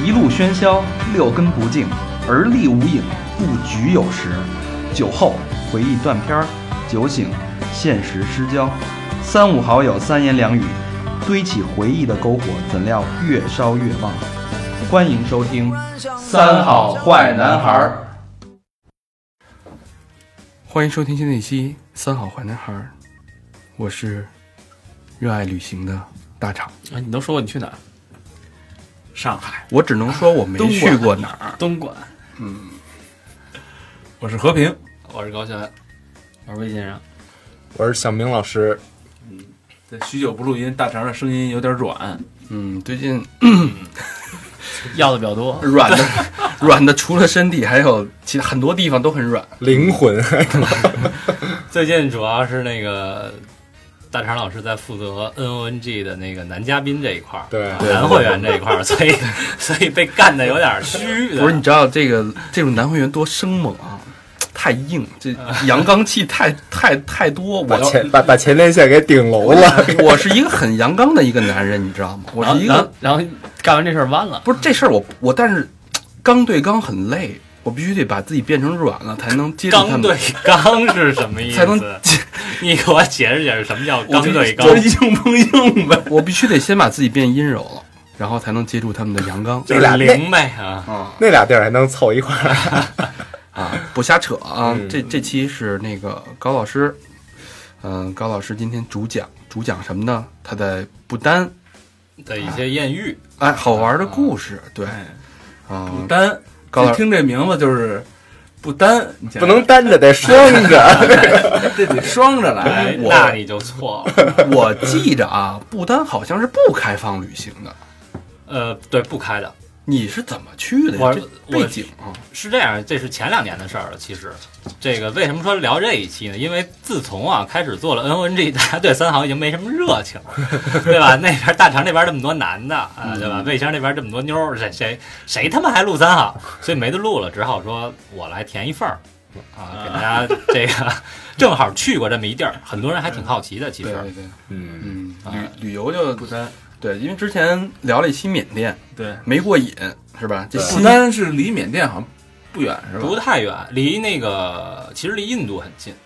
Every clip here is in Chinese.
一路喧嚣，六根不净，而立无影，不局有时。酒后回忆断片儿，酒醒现实失焦。三五好友三言两语，堆起回忆的篝火，怎料越烧越旺。欢迎收听《三好坏男孩》。 欢迎收听新的一期《三好坏男孩》，我是热爱旅行的大厂。 啊，你都说过你去哪儿？上海。 我只能说我没去过哪儿。 东莞。 我是和平， 我是高璇，我是魏先生， 我是小明老师。 这许久不录音，大肠的声音有点软。 最近要的比较多， 软的除了身体，还有其他很多地方都很软。 灵魂。 最近主要是那个大肠老师在负责 NONG 的那个男嘉宾这一块儿， 对男会员这一块儿，所以被干的有点虚。 不是，你知道这种男会员多生猛啊，太硬，这阳刚气太多。 把前列腺给顶楼了。 我是一个很阳刚的一个男人，你知道吗？我是一个， 然后干完这事儿完了。 不是这事儿，我但是刚对刚很累，我必须得把自己变成软了，才能接住他们。 刚对刚是什么意思？ 才能你给我解释什么叫刚对刚？ 就是硬碰硬呗。 我必须得先把自己变阴柔了，然后才能接住他们的阳刚。 就是灵呗啊！ 那俩地儿还能凑一块儿啊！不瞎扯啊！这期是那个高老师，高老师今天主讲什么呢？他在不丹的一些艳遇， 好玩的故事，对不丹。高老师听这名字就是不丹， 不能单着，得双着， 这得双着来。 那你就错了。 我记着啊，不丹好像是不开放旅行的。 对，不开的。 你是怎么去的呀？背景啊， 是这样，这是前2年的事儿了。其实，这个为什么说聊这一期呢？因为自从开始做了 NONG， 大家对三好已经没什么热情了，对吧？那边大肠那边这么多男的对吧？魏先生那边这么多妞儿，谁他妈还录三好？所以没得录了，只好说我来填一份儿给大家这个正好去过这么一地儿，很多人还挺好奇的。其实， 对，旅游就不丹。对，因为之前聊了一期缅甸， 对， 没过瘾是吧？这不丹是离缅甸好像不远是吧？ 不太远，其实离印度很近。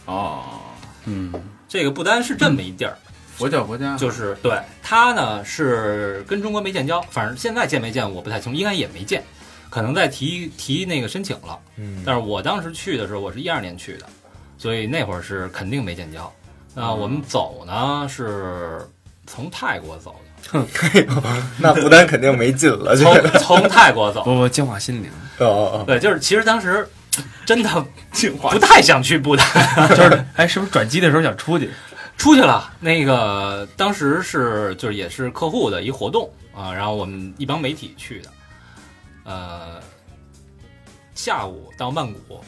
这个不丹是这么一地儿， 佛教国家， 就是对它呢是跟中国没建交，反正现在建没建我不太清楚，应该也没建，可能在提那个申请了。但是我当时去的时候，我是12年去的，所以那会儿是肯定没建交。我们走呢是从泰国走的。 那不丹肯定没劲了。 从泰国走， 不净化心灵。 对，就是其实当时真的不太想去不丹， 就是是不是转机的时候想出去了？那个当时就是也是客户的一活动然后我们一帮媒体去的，下午到曼谷。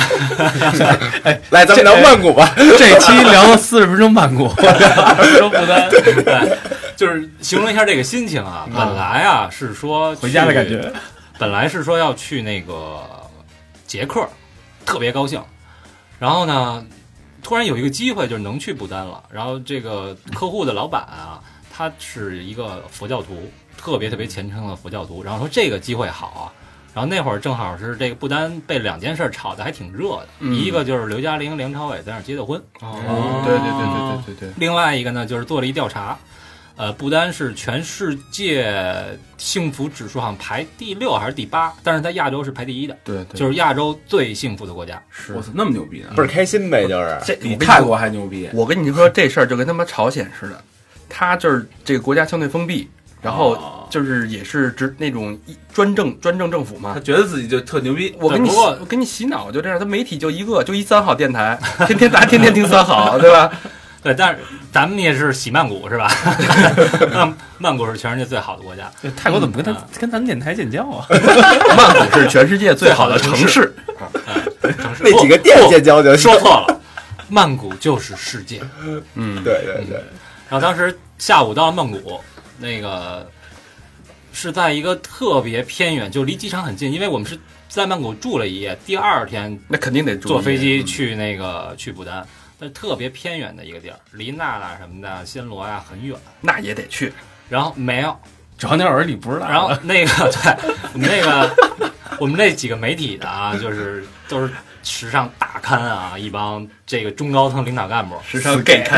来，咱们聊曼谷吧。 这期聊了40分钟曼谷， 说不丹。对，就是形容一下这个心情啊。本来是说回家的感觉， 本来是说要去那个捷克，特别高兴。然后呢，突然有一个机会，就是能去不丹了。然后这个客户的老板他是一个佛教徒，特别虔诚的佛教徒。然后说这个机会好然后那会儿正好是这个不丹被2件事炒得还挺热的，一个就是刘嘉玲、梁朝伟在那儿结的婚。 对。 另外一个呢，就是做了一调查，不丹是全世界幸福指数上排第6还是第8，但是在亚洲是排第1的。 对， 就是亚洲最幸福的国家。 我操，那么牛逼呢？ 倍儿开心呗，就是这比泰国还牛逼。 我跟你说这事儿就跟他妈朝鲜似的，他就是这个国家相对封闭。然后就是也是那种专政政府嘛， 他觉得自己就特牛逼。 我给你洗脑就这样，他媒体就一三好电台，大家天天听三好，对吧？ 对，但是咱们也是洗曼谷是吧？曼谷是全世界最好的国家。 泰国怎么跟咱们电台建交啊？ 曼谷是全世界最好的城市。 那几个店建交就说错了，曼谷就是世界。 对。 然后当时下午到曼谷。那个是在一个特别偏远，就离机场很近，因为我们是在曼谷住了一夜，第2天那肯定得坐飞机去去不丹，但特别偏远的一个地儿，离那什么的暹罗很远， 那也得去。 然后没有， 找鸟儿你不知道。 然后那个对我们那几个媒体的啊，就是都是时尚大刊啊，一帮这个中高层领导干部， 时尚给刊。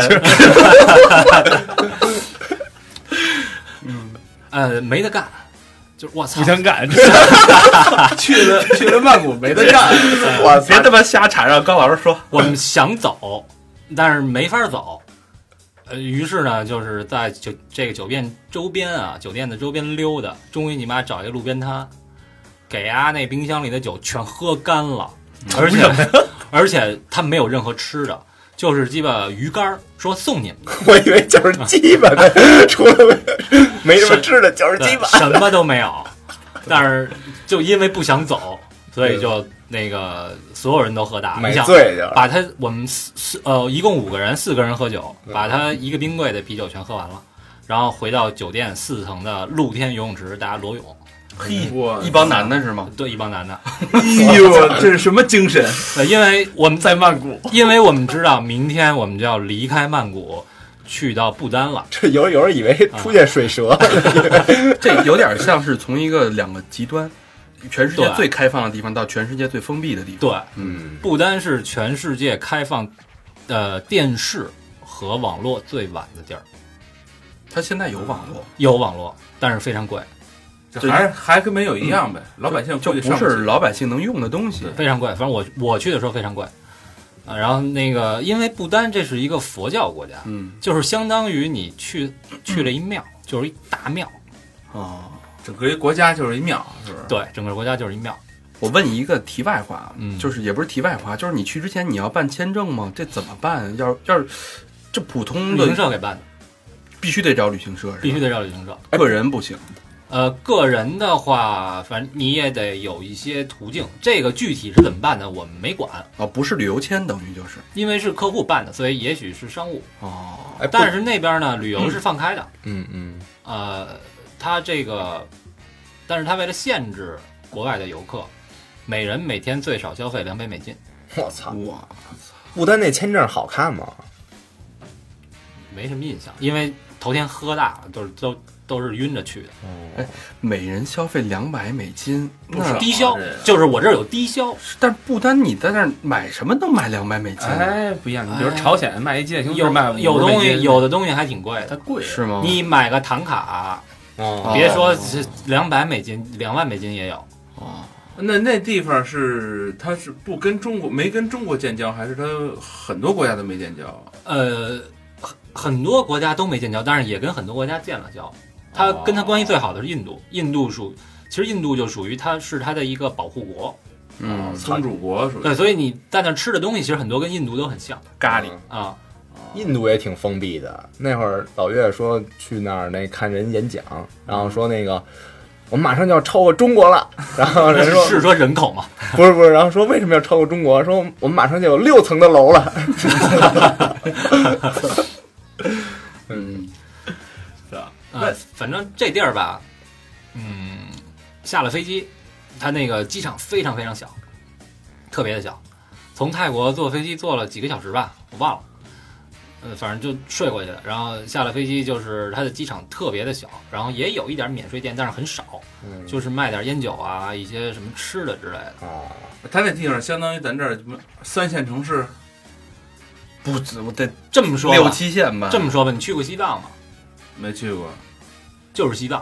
没得干，就是我操， 不想干，去了曼谷没得干， 我别他妈瞎缠，让高老师说。 我们想走，但是没法走。于是呢，就是在这个酒店周边啊，酒店的周边溜达，终于你妈找一个路边摊，给那冰箱里的酒全喝干了，而且他没有任何吃的，就是鸡巴鱼干，说送你们的。 我以为就是鸡巴的，除了没什么吃的，就是鸡巴， 什么都没有。但是就因为不想走，所以就那个所有人都喝大了， 买醉去了。 把我们一共5个人，4个人喝酒，把他一个冰柜的啤酒全喝完了，然后回到酒店4层的露天游泳池，大家裸泳。 嘿，一帮男的是吗？ 对，一帮男的。 哎呦，这是什么精神？ 因为我们在曼谷， 因为我们知道明天我们就要离开曼谷，去到不丹了。 这有人以为出现水蛇， 这有点像是从2个极端，全世界最开放的地方到全世界最封闭的地方。对，不丹是全世界开放电视和网络最晚的地儿。 它现在有网络， 有网络，但是非常贵。 还跟没有一样呗，老百姓就不是老百姓能用的东西， 非常贵。反正我去的时候非常贵啊。然后那个，因为不丹这是一个佛教国家，就是相当于你去了一庙，就是一大庙整个一国家就是一庙，是不是？ 对，整个国家就是一庙。 我问你一个题外话，就是也不是题外话，就是你去之前你要办签证吗？这怎么办？要是这普通的旅行社给办的， 必须得找旅行社， 必须得找旅行社， 个人不行。 个人的话，反正你也得有一些途径。这个具体是怎么办的，我们没管。 不是旅游签，等于就是因为是客户办的，所以也许是商务。但是那边呢，旅游是放开的。他这个，但是他为了限制国外的游客，每人每天最少消费$200。 我操！不丹那签证好看吗？ 没什么印象，因为头天喝大了，都是晕着去的。 每人消费$200， 那低消，就是我这儿有低消。 但是不丹你在那儿买什么能买$200？ 不一样。你比如朝鲜卖一戒行有卖有的东西还挺贵的， 它贵是吗？ 你买个唐卡，别说是$200，$20000也有。 那地方它是不跟中国没跟中国建交，还是它很多国家都没建交？ 很多国家都没建交，但是也跟很多国家建了交。它跟它关系最好的是印度，其实印度就属于它的一个保护国， 宗主国属于。 对，所以你在那吃的东西其实很多跟印度都很像， 咖喱啊。 印度也挺封闭的。那会儿老岳说去那儿看人演讲，然后说那个我们马上就要超过中国了，然后人说是说人口吗？ 不是，然后说为什么要超过中国？说我们马上就有6层的楼了。 是吧？反正这地儿吧，下了飞机，它那个机场非常非常小，特别的小。从泰国坐飞机坐了几个小时吧，我忘了。反正就睡过去了。然后下了飞机，就是它的机场特别的小，然后也有一点免税店，但是很少，就是卖点烟酒啊，一些什么吃的之类的。 它那地方相当于咱这儿什么3线城市。 不止，我得这么说 6、7线吧。 这么说吧，你去过西藏吗？ 没去过， 就是西藏。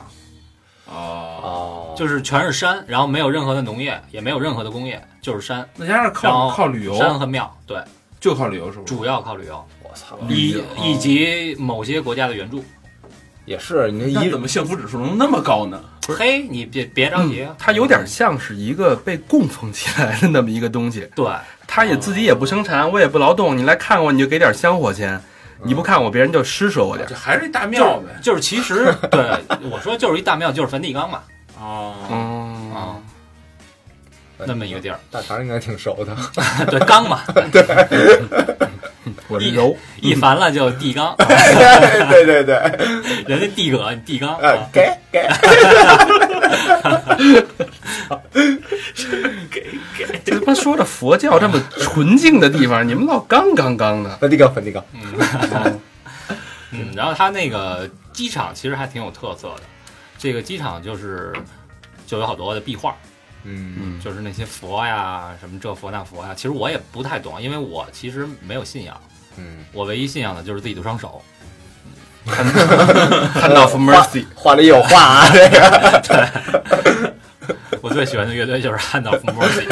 就是全是山，然后没有任何的农业，也没有任何的工业，就是山。 那家是靠旅游， 山和庙，对， 就靠旅游是不是？ 主要靠旅游。 我操！ 以及某些国家的援助。 也是，你怎么幸福指数能那么高呢？ 嘿，你别着急， 它有点像是一个被供奉起来的那么一个东西。 对， 它也自己也不生产，我也不劳动，你来看我你就给点香火钱，你不看我别人就施舍我点。 这还是一大庙呗。 就是其实对我说就是一大庙，就是梵蒂冈嘛。那么一个地儿， 大肠应该挺熟的。 对，缸嘛。 对。 我是柔， 一烦了就地缸。 对， 人家地葛，你地缸。 给。 这他妈说的佛教这么纯净的地方，你们老刚的。 梵蒂冈。 然后它那个机场其实还挺有特色的， 这个机场就有好多的壁画，就是那些佛呀，什么这佛那佛呀，其实我也不太懂，因为我其实没有信仰，我唯一信仰的就是自己的双手。 看到 For Mercy， 话里有话啊，这个。 对，我最喜欢的乐队就是汉道夫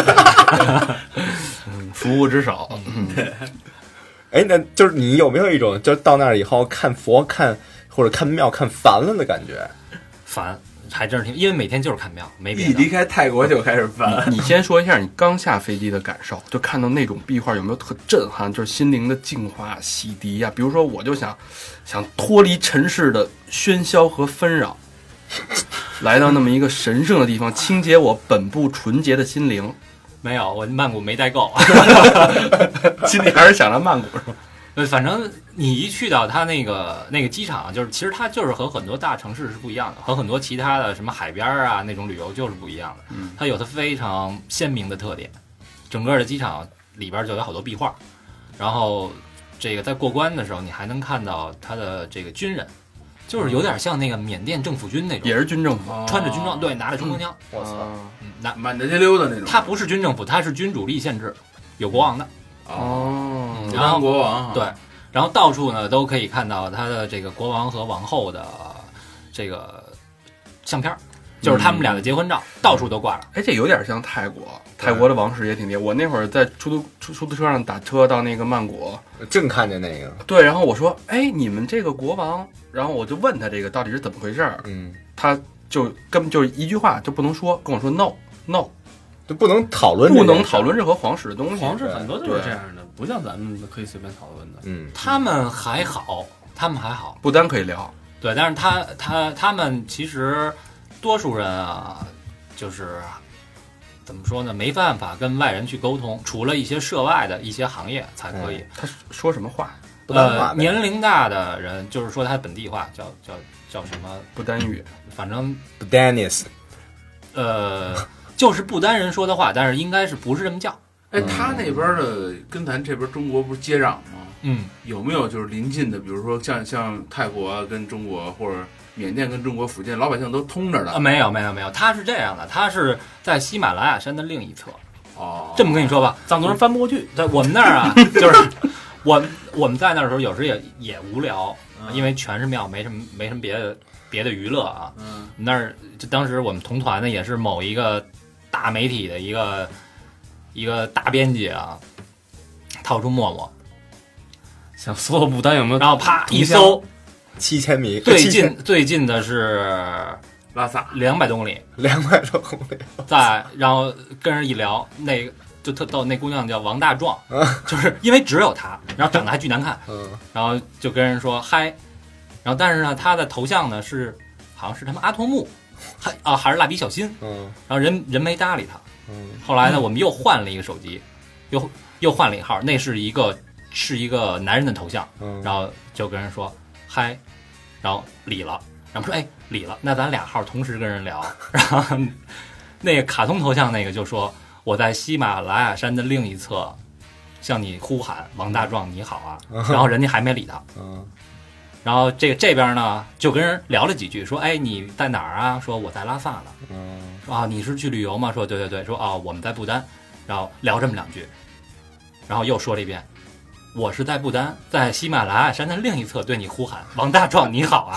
Mercy， 服务之手。 哎，那就是你有没有一种，就到那儿以后看佛或者看庙看烦了的感觉？ 烦，还真是挺，因为每天就是看庙，没别的。 一离开泰国就开始烦。 你先说一下你刚下飞机的感受，就看到那种壁画有没有特震撼，就是心灵的净化、洗涤呀？比如说，我就想脱离尘世的喧嚣和纷扰，来到那么一个神圣的地方，清洁我本不纯洁的心灵。 没有，我曼谷没待够， 心里还是想着曼谷是吧？ 反正你一去到它那个机场，就是其实它就是和很多大城市是不一样的，和很多其他的什么海边啊那种旅游就是不一样的。它有它非常鲜明的特点。整个的机场里边就有好多壁画，然后这个在过关的时候，你还能看到他的这个军人，就是有点像那个缅甸政府军那种， 也是军政府， 穿着军装，对，拿着冲锋枪。 我操， 拿满大街溜的那种。 他不是军政府，他是君主立宪制，有国王的。 然后国王对，然后到处呢都可以看到他的这个国王和王后的这个相片，就是他们俩的结婚照，到处都挂着。 哎，这有点像泰国的王室也挺厉害。我那会儿在出租车上打车到那个曼谷， 正看见那个。 对，然后我说，哎，你们这个国王，然后我就问他这个到底是怎么回事儿，他就根本就是一句话就不能说，跟我说 no， 就不能讨论， 不能讨论任何皇室的东西。 皇室很多都是这样的，不像咱们可以随便讨论的。 他们还好， 不单可以聊， 对，但是他们其实多数人啊，就是怎么说呢，没办法跟外人去沟通，除了一些涉外的一些行业才可以。 他说什么话？ 不丹话年龄大的人就是说他本地话叫什么不丹语， 反正不丹尼斯， 就是不丹人说的话，但是应该是不是这么叫。 哎，他那边的跟咱这边中国不是接壤吗？有没有就是临近的，比如说像泰国跟中国或者缅甸跟中国附近，老百姓都通着的？ 没有，他是这样的，他是在喜马拉雅山的另一侧。 这么跟你说吧， 藏族人翻不过去。 在我们那儿啊，就是我们在那儿的时候，有时也无聊，因为全是庙，没什么别的娱乐啊。那儿就当时我们同团的也是某一个大媒体的一个大编辑啊，掏出陌陌， 想搜搜不丹有没有， 然后啪一搜 7000米， 最近的是拉萨 200多公里 ，200多公里。 然后跟人一聊，那个就特逗，那姑娘叫王大壮，就是因为只有她，然后长得还巨难看，然后就跟人说嗨，然后但是呢，她的头像呢是好像是他们阿童木，还是蜡笔小新，然后人没搭理他。后来呢，我们又换了一个手机，又换了一号，那是一个男人的头像，然后就跟人说嗨，然后理了，然后说哎理了，那咱俩号同时跟人聊，然后那个卡通头像那个就说我在喜马拉雅山的另一侧向你呼喊，王大壮你好啊，然后人家还没理他，然后这边呢就跟人聊了几句，说哎你在哪儿啊？说我在拉萨呢。说啊你是去旅游吗？说对。说啊我们在不丹，然后聊这么2句，然后又说了一遍，我是在不丹，在喜马拉雅山的另一侧对你呼喊，王大壮你好啊。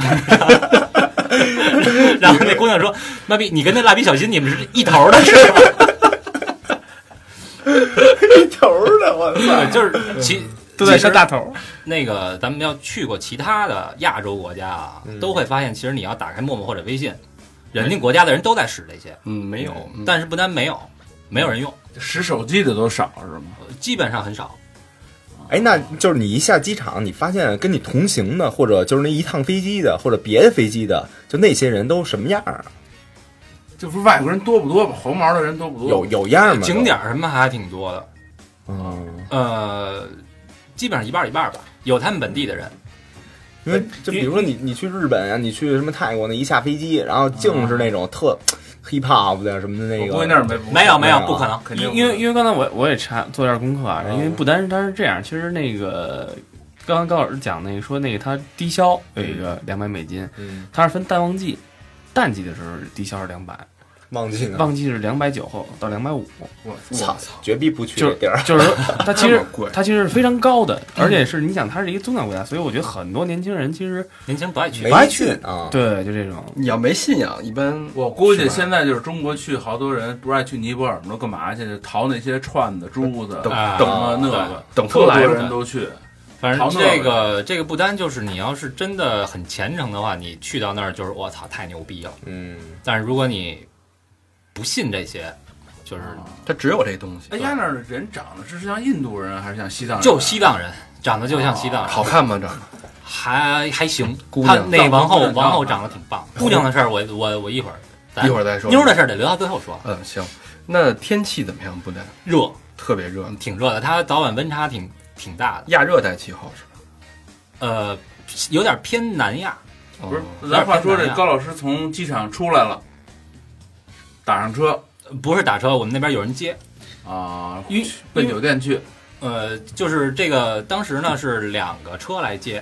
然后那姑娘说妈逼你跟那蜡笔小新你们是一头的是吗？ 一头的，我操！ 就是都在山大头。 那个咱们要去过其他的亚洲国家啊，都会发现，其实你要打开陌陌或者微信，人家国家的人都在使这些。 没有， 但是不单没有人用， 使手机的都少是吗？ 基本上很少。 哎，那就是你一下机场，你发现跟你同行的，或者就是那一趟飞机的，或者别的飞机的，就那些人都什么样啊？ 就是外国人多不多吧？黄毛的人多不多？ 有样吗？ 景点什么还挺多的。基本上一半一半吧，有他们本地的人。 因为就比如说你去日本啊，你去什么泰国，那一下飞机，然后净是那种特 hip hop 的什么的那个。 那儿没有，不可能。 因为刚才我也做点功课啊，因为不单它是这样，其实那个刚刚高老师讲那个说那个它低消有一个$200，它是分淡旺季， 淡季的时候低消是200， 旺季呢？ 旺季是290后到250。 我操，绝逼不去就这地儿。 就是说它其实这么贵它其实是非常高的，而且是你想它是一个宗教国家，所以我觉得很多年轻人其实年轻人不爱去， 没爱去啊。 对就这种。 你要没信仰，一般我估计是吧现在就是中国去好多人不爱去尼泊尔，都干嘛去？淘那些串子、珠子， 等啊什么那个， 等特多风来了人都去。 反正淘那这个不单就是你要是真的很虔诚的话，你去到那儿就是我操太牛逼了。 嗯， 但是如果你不信这些，就是它只有这东西。 哎，家那儿的人长得是像印度人还是像西藏人？ 就西藏人，长得就像西藏人， 好看吗？长得还行。 姑娘他那王后藏族人王后长得挺棒。姑娘的事儿我一会儿一会儿再说。 妞儿的事儿得留到最后说。 行。那天气怎么样？不丹热， 特别热， 挺热的，它早晚温差挺大的。 亚热带气候是吧？ 有点偏南亚。 不是哦， 咱话说这高老师从机场出来了，打上车不是打车，我们那边有人接。 啊， 因奔酒店去。 就是这个当时呢是2个车来接，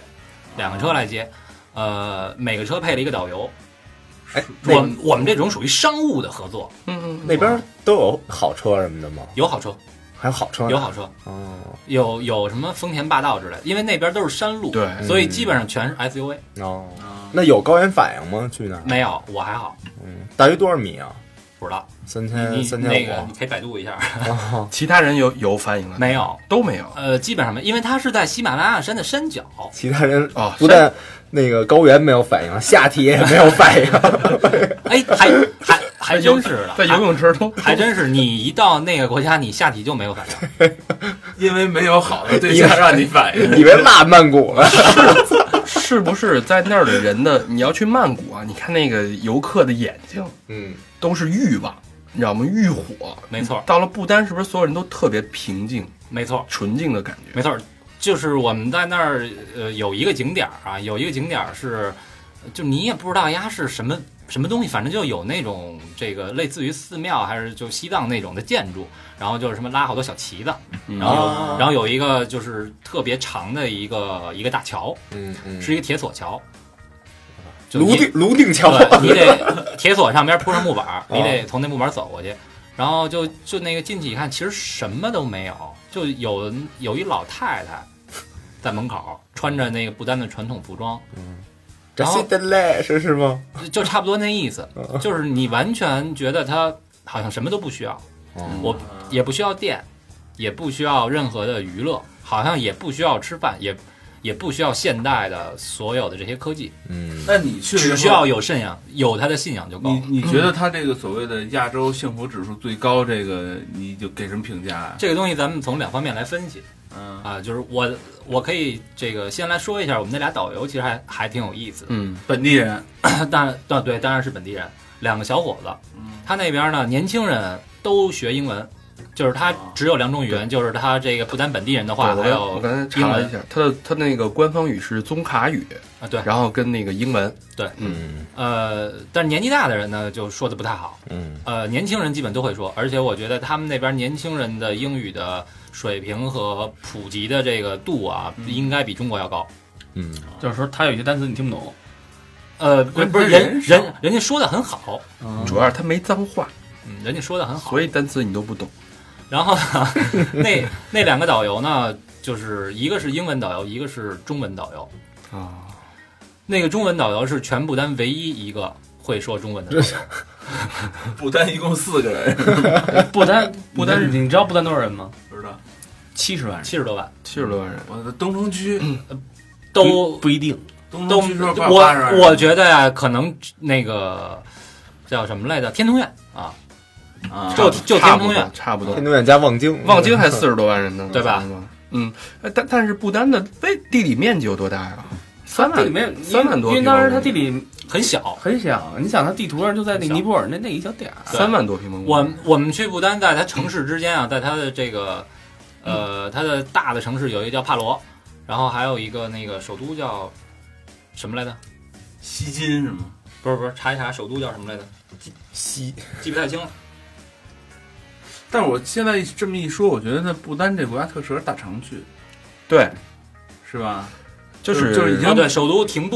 每个车配了一个导游。 哎， 我们这种属于商务的合作， 那边都有好车什么的吗？ 有好车， 还有好车呢？ 有好车， 哦有什么丰田霸道之类的，因为那边都是山路， 对所以基本上全是 SUV。 哦，那有高原反应吗？去那儿？ 没有，我还好， 大约多少米啊不知道。 ？3500 那个你可以百度一下， 其他人有反应了没有， 都没有。 基本上没，因为它是在喜马拉雅山的山脚。 其他人哦不但那个高原没有反应，下体也没有反应。 哎，还真是的， 在游泳池都还真是，你一到那个国家，你下体就没有反应。 因为没有好的对象让你反应。 以为落曼谷了。 是不是在那儿的人的？你要去曼谷啊，你看那个游客的眼睛，都是欲望，你知道吗？欲火。 没错。 到了不丹，是不是所有人都特别平静？ 没错， 纯净的感觉。 没错，就是我们在那儿有一个景点啊，有一个景点是，就你也不知道呀是什么东西，反正就有那种这个类似于寺庙还是就西藏那种的建筑，然后就是什么拉好多小旗子，然后有一个就是特别长的一个大桥，是一个铁索桥。 泸定桥， 你得铁索上边铺上木板，你得从那木板走过去，然后就那个进去一看，其实什么都没有，就有一老太太在门口穿着那个不丹的传统服装， 这是的嘞，是吗？ 就差不多那意思，就是你完全觉得她好像什么都不需要，我也不需要电，也不需要任何的娱乐，好像也不需要吃饭，也不需要现代的所有的这些科技， 那你去只需要有信仰，有他的信仰就够了。 你觉得他这个所谓的亚洲幸福指数最高，这个你就给什么评价啊？ 这个东西咱们从2方面来分析，就是我可以这个先来说一下，我们那俩导游其实还挺有意思的， 本地人， 当然是本地人，2个小伙子，他那边呢年轻人都学英文。就是他只有2种语言，就是他这个不丹本地人的话，还有我刚才查了一下，他那个官方语是宗卡语啊，对， 然后跟那个英文， 对，但是年纪大的人呢就说的不太好，年轻人基本都会说，而且我觉得他们那边年轻人的英语的水平和普及的这个度啊，应该比中国要高， 就是说他有些单词你听不懂， 不是人家说的很好， 主要是他没脏话， 人家说的很好， 所以单词你都不懂。 然后呢，那2个导游呢，就是一个是英文导游，一个是中文导游啊。 那个中文导游是全不丹唯一一个会说中文的导游。 不丹一共4个人。 不丹，你知道不丹多少人吗？ 不知道 ，70万人 ，70多万人。 我的东城区都不一定， 都我觉得呀，可能那个叫什么来着？天通苑啊。就天通苑差不多， 天通苑加望京还40多万人呢， 对吧？ 但是不丹的地理面积有多大呀？3万多， 因为当时它地理很小， 你想它地图上就在那尼泊尔那一小点 ，3万多平方公里。 我们去不丹，在它城市之间啊，在它的这个它的大的城市有一个叫帕罗，然后还有一个那个首都叫什么来着？ 锡金是吗？ 不是，查一查首都叫什么来着？记不太清了。 但是我现在这么一说，我觉得那不丹这国家特适合大肠去， 对， 是吧？ 就是已经对首都廷布，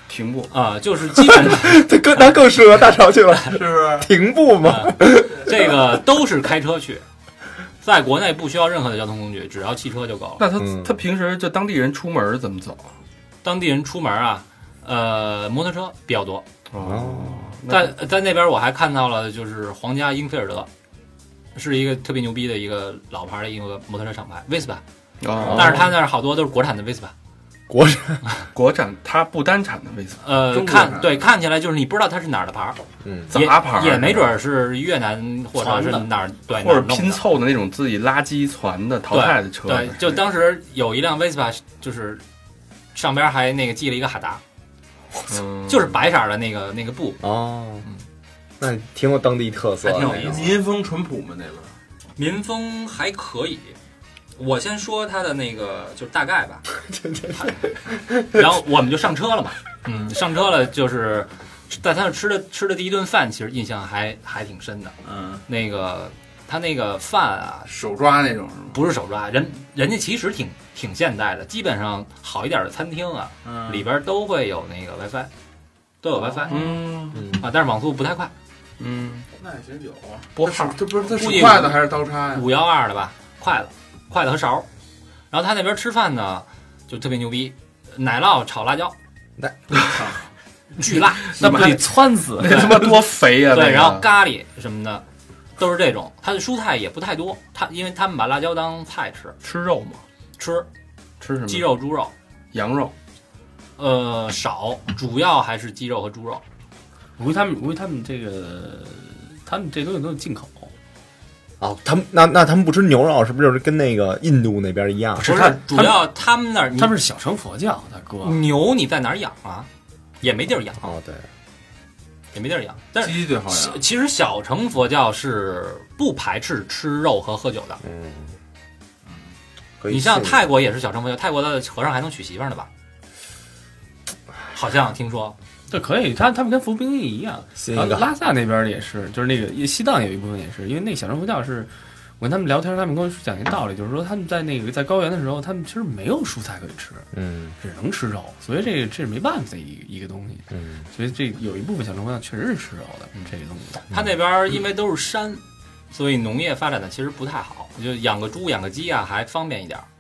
停步就是基本上那更适合大潮去了， 是不是？ 停步嘛。 这个都是开车去，在国内不需要任何的交通工具，只要汽车就够了。 那他平时就当地人出门怎么走啊？ 当地人出门啊，摩托车比较多。在那边我还看到了，就是皇家英菲尔德，是一个特别牛逼的一个老牌的一个摩托车厂牌，Vespa。但是他那儿好多都是国产的 Vespa。 国产，它不单产的 Vespa。 看起来就是你不知道它是哪儿的牌儿， 杂牌也没准是越南或者是哪儿，对， 或者拼凑的那种自己垃圾传的淘汰的车。 对，就当时有一辆 Vespa， 就是上边还那个系了一个哈达。就是白色的那个布那挺有当地特色， 还挺有意思。 民风淳朴吗？那边民风还可以。我先说它的那个就是大概吧，然后我们就上车了嘛。上车了，就是在他那吃的第一顿饭，其实印象还挺深的。那个他那个饭啊， 手抓那种是吗？ 不是手抓，人家其实挺现代的，基本上好一点的餐厅啊，里边都会有那个 WiFi， 都有 WiFi。但是网速不太快。 那也行，有啊。 拨号， 这不是他是筷子还是刀叉呀 ？512的吧，筷子和勺。然后他那边吃饭呢，就特别牛逼，奶酪炒辣椒，巨辣， 那不得窜死？ 那他妈多肥呀！ 对，然后咖喱什么的都是这种。他的蔬菜也不太多，因为他们把辣椒当菜吃。 吃肉吗？ 吃什么？ 鸡肉、猪肉、 羊肉。 少，主要还是鸡肉和猪肉。 我估计他们这个，他们这东西都是进口。 他们那他们不吃牛肉，是不是就是跟那个印度那边一样？ 不是，主要他们那儿他们是小乘佛教，大哥。 牛你在哪儿养啊？也没地儿养。 对， 也没地儿养。但是鸡最好养。 其实小乘佛教是不排斥吃肉和喝酒的。你像泰国也是小乘佛教，泰国的和尚还能娶媳妇儿呢吧？好像听说。 这可以，他们跟服兵役一样。拉萨那边也是，就是那个西藏有一部分也是，因为那个小乘佛教是，我跟他们聊天，他们跟我讲一个道理，就是说他们在高原的时候，他们其实没有蔬菜可以吃，只能吃肉，所以这是没办法的一个东西，所以这有一部分小乘佛教确实是吃肉的，这个东西。 他那边因为都是山，所以农业发展的其实不太好，就养个猪养个鸡啊还方便一点。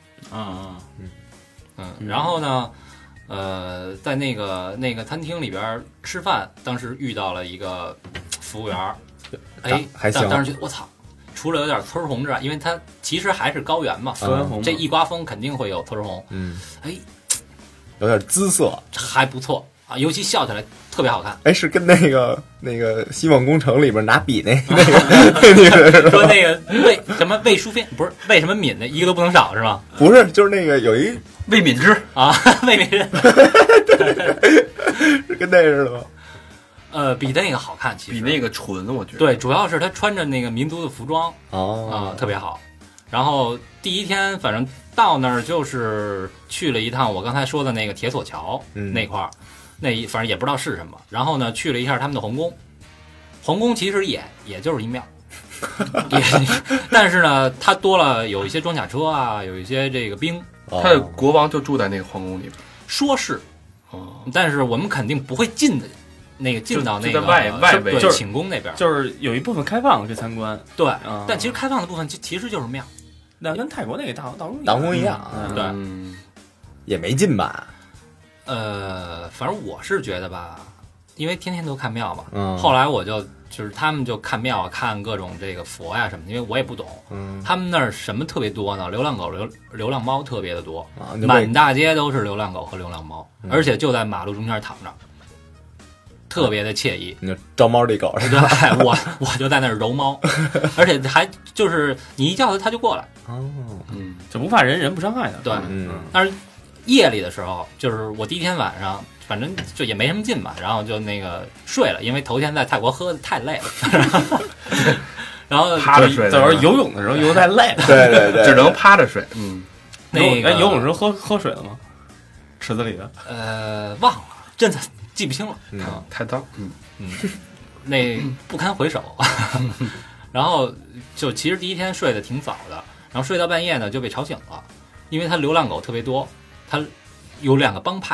然后呢？在那个餐厅里边吃饭，当时遇到了一个服务员， 还行。 当时觉得我操，除了有点村红之外，因为它其实还是高原嘛，这一刮风肯定会有村红。 有点姿色， 还不错啊，尤其笑起来特别好看。 是跟那个希望工程里边拿笔那个说那个魏淑芬不是为什么敏的一个都不能少是吗？ 不是，就是那个有一魏敏之啊，魏敏之， 是跟那似的吗？ 比那个好看，其实比那个纯，我觉得。 对，主要是他穿着那个民族的服装特别好。然后第一天反正到那儿就是去了一趟我刚才说的那个铁索桥那块儿，反正也不知道是什么。然后呢，去了一下他们的皇宫，皇宫其实也就是一庙。但是呢，它多了有一些装甲车啊，有一些这个兵。 他的国王就住在那个皇宫里边， 说是，但是我们肯定不会进到那个外围， 就是寝宫那边， 就是有一部分开放可以参观。 对，但其实开放的部分其实就是庙， 那跟泰国那个大皇一样， 对， 也没进吧。 反正我是觉得吧，因为天天都看庙嘛，后来我就是他们就看庙，看各种这个佛呀什么的，因为我也不懂。他们那儿什么特别多呢？流浪狗、流浪猫特别的多，满大街都是流浪狗和流浪猫，而且就在马路中间躺着，特别的惬意。 你就招猫这狗是吧？对，我就在那儿揉猫，而且还就是你一叫它就过来。 就不怕人不伤害它。 对，但是夜里的时候，就是我第一天晚上。反正就也没什么劲吧，然后就那个睡了，因为头天在泰国喝的太累了，然后趴着睡。 在玩游泳的时候游太累了， 对， 只能趴着睡。 那个游泳时候喝水了吗？池子里的？ 忘了，真的记不清了。 太脏。 那不堪回首。然后就其实第一天睡得挺早的，然后睡到半夜呢就被吵醒了，因为他流浪狗特别多，他有2个帮派。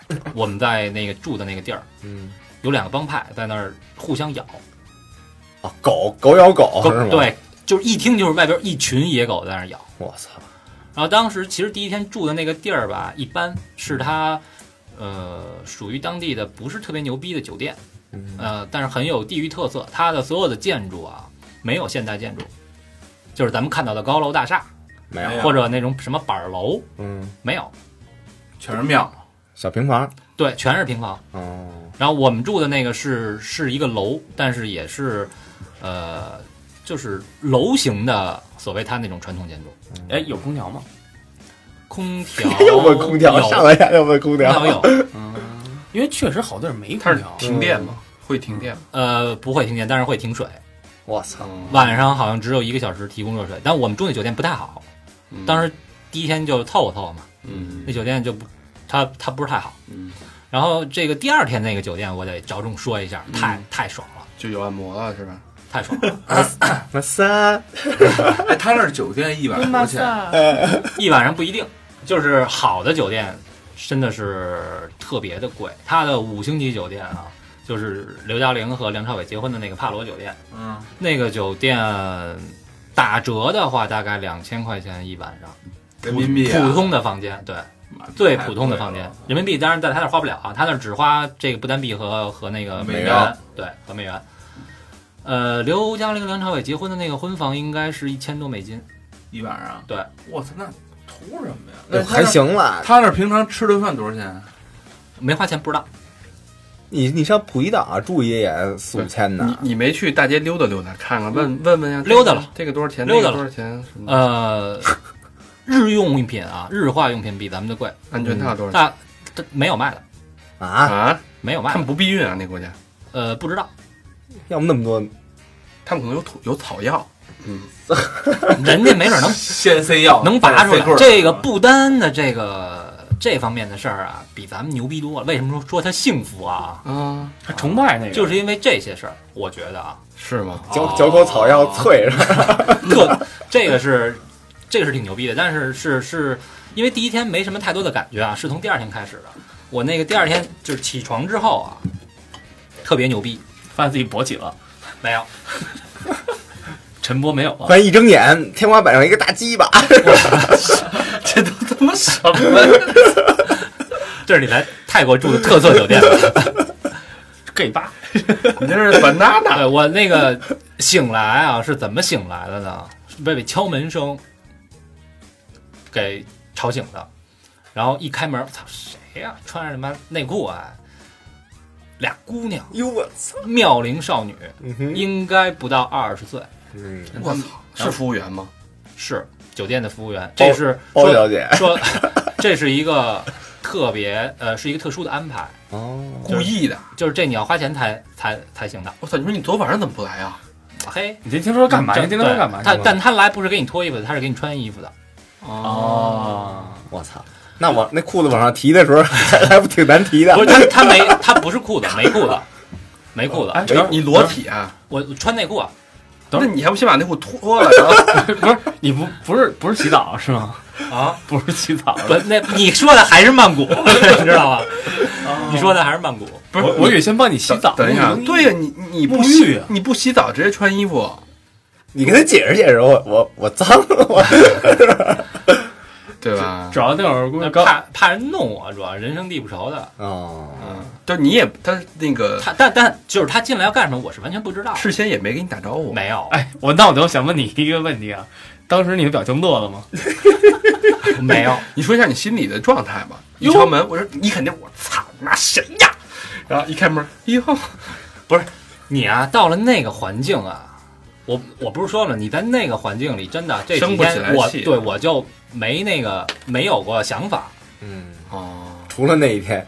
我们在那个住的那个地儿，有2个帮派在那儿互相咬。 啊，狗咬狗是吗？ 对，就是一听就是外边一群野狗在那儿咬。 我操！ 然后当时其实第一天住的那个地儿吧，一般是它，属于当地的不是特别牛逼的酒店，但是很有地域特色。它的所有的建筑啊，没有现代建筑，就是咱们看到的高楼大厦， 没有， 或者那种什么板楼，没有， 全是庙， 小平房， 对，全是平房。 哦。 然后我们住的那个是一个楼，但是也是，就是楼型的，所谓它那种传统建筑。 哎，有空调吗？ 空调又问空调，上来又问空调， 有。 因为确实好多人没空调。 停电吗？会停电吗？ 不会停电，但是会停水。 我操！ 晚上好像只有1个小时提供热水，但我们住那酒店不太好。当时第一天就凑合嘛。那酒店就不，它不是太好。然后这个第2天那个酒店，我得着重说一下，太爽了， 就有按摩了是吧？ 太爽了。 马萨， 哎，他那酒店一晚上多少钱？ 一晚上不一定，就是好的酒店真的是特别的贵。它的5星级酒店啊，就是刘嘉玲和梁朝伟结婚的那个帕罗酒店，那个酒店打折的话大概2000块钱一晚上， 人民币普通的房间，对。最普通的房间，人民币当然在他那花不了啊，他那只花这个不丹币和那个美元，对，和美元。刘嘉玲、梁朝伟结婚的那个婚房应该是1000多美金一晚上。 对， 我操，那图什么呀？那还行了。 他那平常吃顿饭多少钱？ 没花钱不知道。 你上普吉岛住也4、5千呢。 你没去大街溜达溜达看看，问呀？ 溜达了， 这个多少钱？ 溜达了多少钱？ 日用品啊，日化用品比咱们的贵。 安全套多少钱？ 但没有卖的啊， 没有卖的。 他们不避孕啊，那国家？ 不知道。 要不那么多， 他们可能有草药。 人家没准能先塞药， 能拔出来。这个不丹的这方面的事儿啊，比咱们牛逼多了。为什么说他幸福啊？ 他崇拜那个， 就是因为这些事儿。我觉得啊， 是吗？ 嚼口草药脆是吧？ 这个是挺牛逼的，但是是因为第一天没什么太多的感觉啊，是从第2天开始的。我那个第2天就是起床之后啊，特别牛逼， 发现自己勃起了， 没有， 陈勃没有了。 突然一睁眼，天花板上一个大鸡巴， 这都他妈什么？ 这是你来泰国住的特色酒店 gay 吧？ 你这是 banana？ 对，我那个醒来啊，是怎么醒来的呢？是被敲门声给吵醒的，然后一开门，操，谁呀？穿着他妈内裤啊，2姑娘， 哟我操， 妙龄少女，应该不到20岁。 我操，是服务员吗？ 是酒店的服务员，这是包小姐说，这是一个特别是一个特殊的安排哦， 故意的， 就是这你要花钱才行的。 我操，你说你昨晚上怎么不来啊？ 嘿， 你这听说干嘛？你今天说干嘛？ 但他来不是给你脱衣服的，他是给你穿衣服的。 哦， 我操！那我那裤子往上提的时候还不挺难提的？ 不是他不是裤子，没裤子。 哎，你裸体啊？ 我穿内裤啊。 那你还不先把内裤脱了？然后不是你不是洗澡是吗？ 啊， 不是洗澡， 不，那你说的还是曼谷，你知道吗？你说的还是曼谷。 不是，我以为先帮你洗澡。 等一下，对呀，你不洗，你不洗澡直接穿衣服， 你跟他解释解释，我脏了， 对吧？ 主要那会儿怕人弄我，主要人生地不熟的。 哦， 就你也他那个但就是他进来要干什么，我是完全不知道， 事先也没给你打招呼， 没有。 哎，我就想问你一个问题啊，当时你的表情乐了吗？ 没有， 你说一下你心里的状态吧。一敲门，我说你肯定，我操，那谁呀？然后一开门，哟， 不是你啊，到了那个环境啊，我不是说了，你在那个环境里真的这几天我就没有过想法， 除了那一天，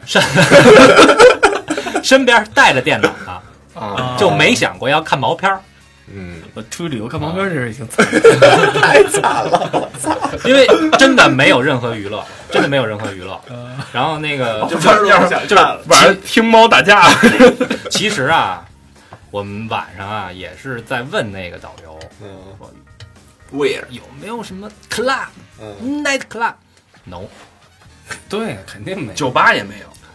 身边带着电脑的就没想过要看毛片儿。 我出去旅游看毛片这事已经太惨了，我操！ 因为真的没有任何娱乐，然后那个就是晚上听猫打架。 其实啊，我们晚上啊也是在问那个导游，说有没有什么 club，night club？No， 对，肯定没有， 酒吧也没有。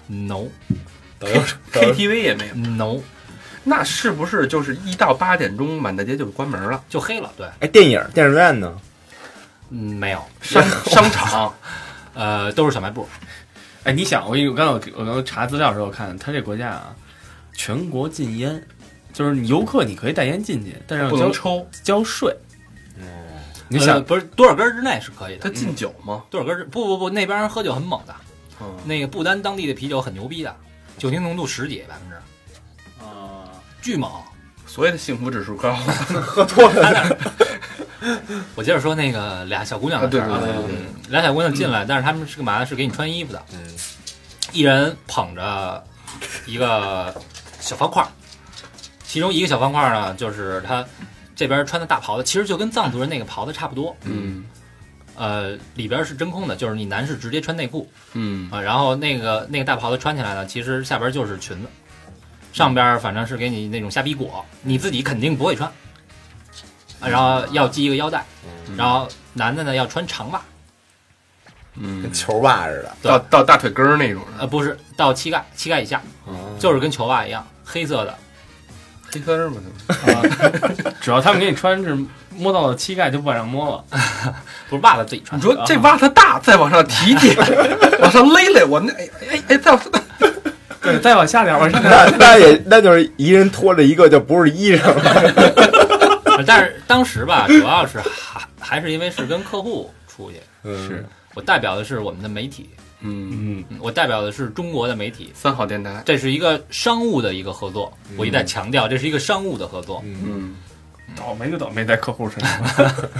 ？No KTV 也没有。 No， 那是不是就是1到8点钟满大街就关门了， 就黑了？对。 哎，电影院呢？ 没有。 商场， 都是小卖部。 哎，你想，我刚查资料的时候看，他这国家啊，全国禁烟，就是游客你可以带烟进去，但是要不能抽交税。你想， 不是多少根之内是可以的。 他禁酒吗？ 多少根？不，那边人喝酒很猛的。那个不丹当地的啤酒很牛逼的，酒精浓度10几%，巨猛， 所谓的幸福指数高。 喝多了。 我接着说那个俩小姑娘的事儿啊，俩小姑娘进来，但是他们是干嘛呢？是给你穿衣服的，一人捧着一个小方块，其中一个小方块呢，就是他这边穿的大袍子，其实就跟藏族人那个袍子差不多，里边是真空的，就是你男士直接穿内裤，然后那个大袍子穿起来呢，其实下边就是裙子，上边反正是给你那种虾皮裹，你自己肯定不会穿。然后要系一个腰带，然后男的呢要穿长袜， 跟球袜似的， 到大腿根儿那种。 不是到膝盖以下，就是跟球袜一样，黑色的， 黑丝儿嘛， 只要他们给你穿是摸到了膝盖就不让摸了， 不是袜子自己穿。 你说这袜子大，再往上提提，往上勒勒，我那再往上。 对，再往下点，往上那就是一人拖着一个，就不是衣裳了。 但是当时吧，主要是还是因为是跟客户出去， 是我代表的是我们的媒体，我代表的是中国的媒体 3号电台， 这是一个商务的一个合作，我一再强调这是一个商务的合作。 倒霉就倒霉在客户身上。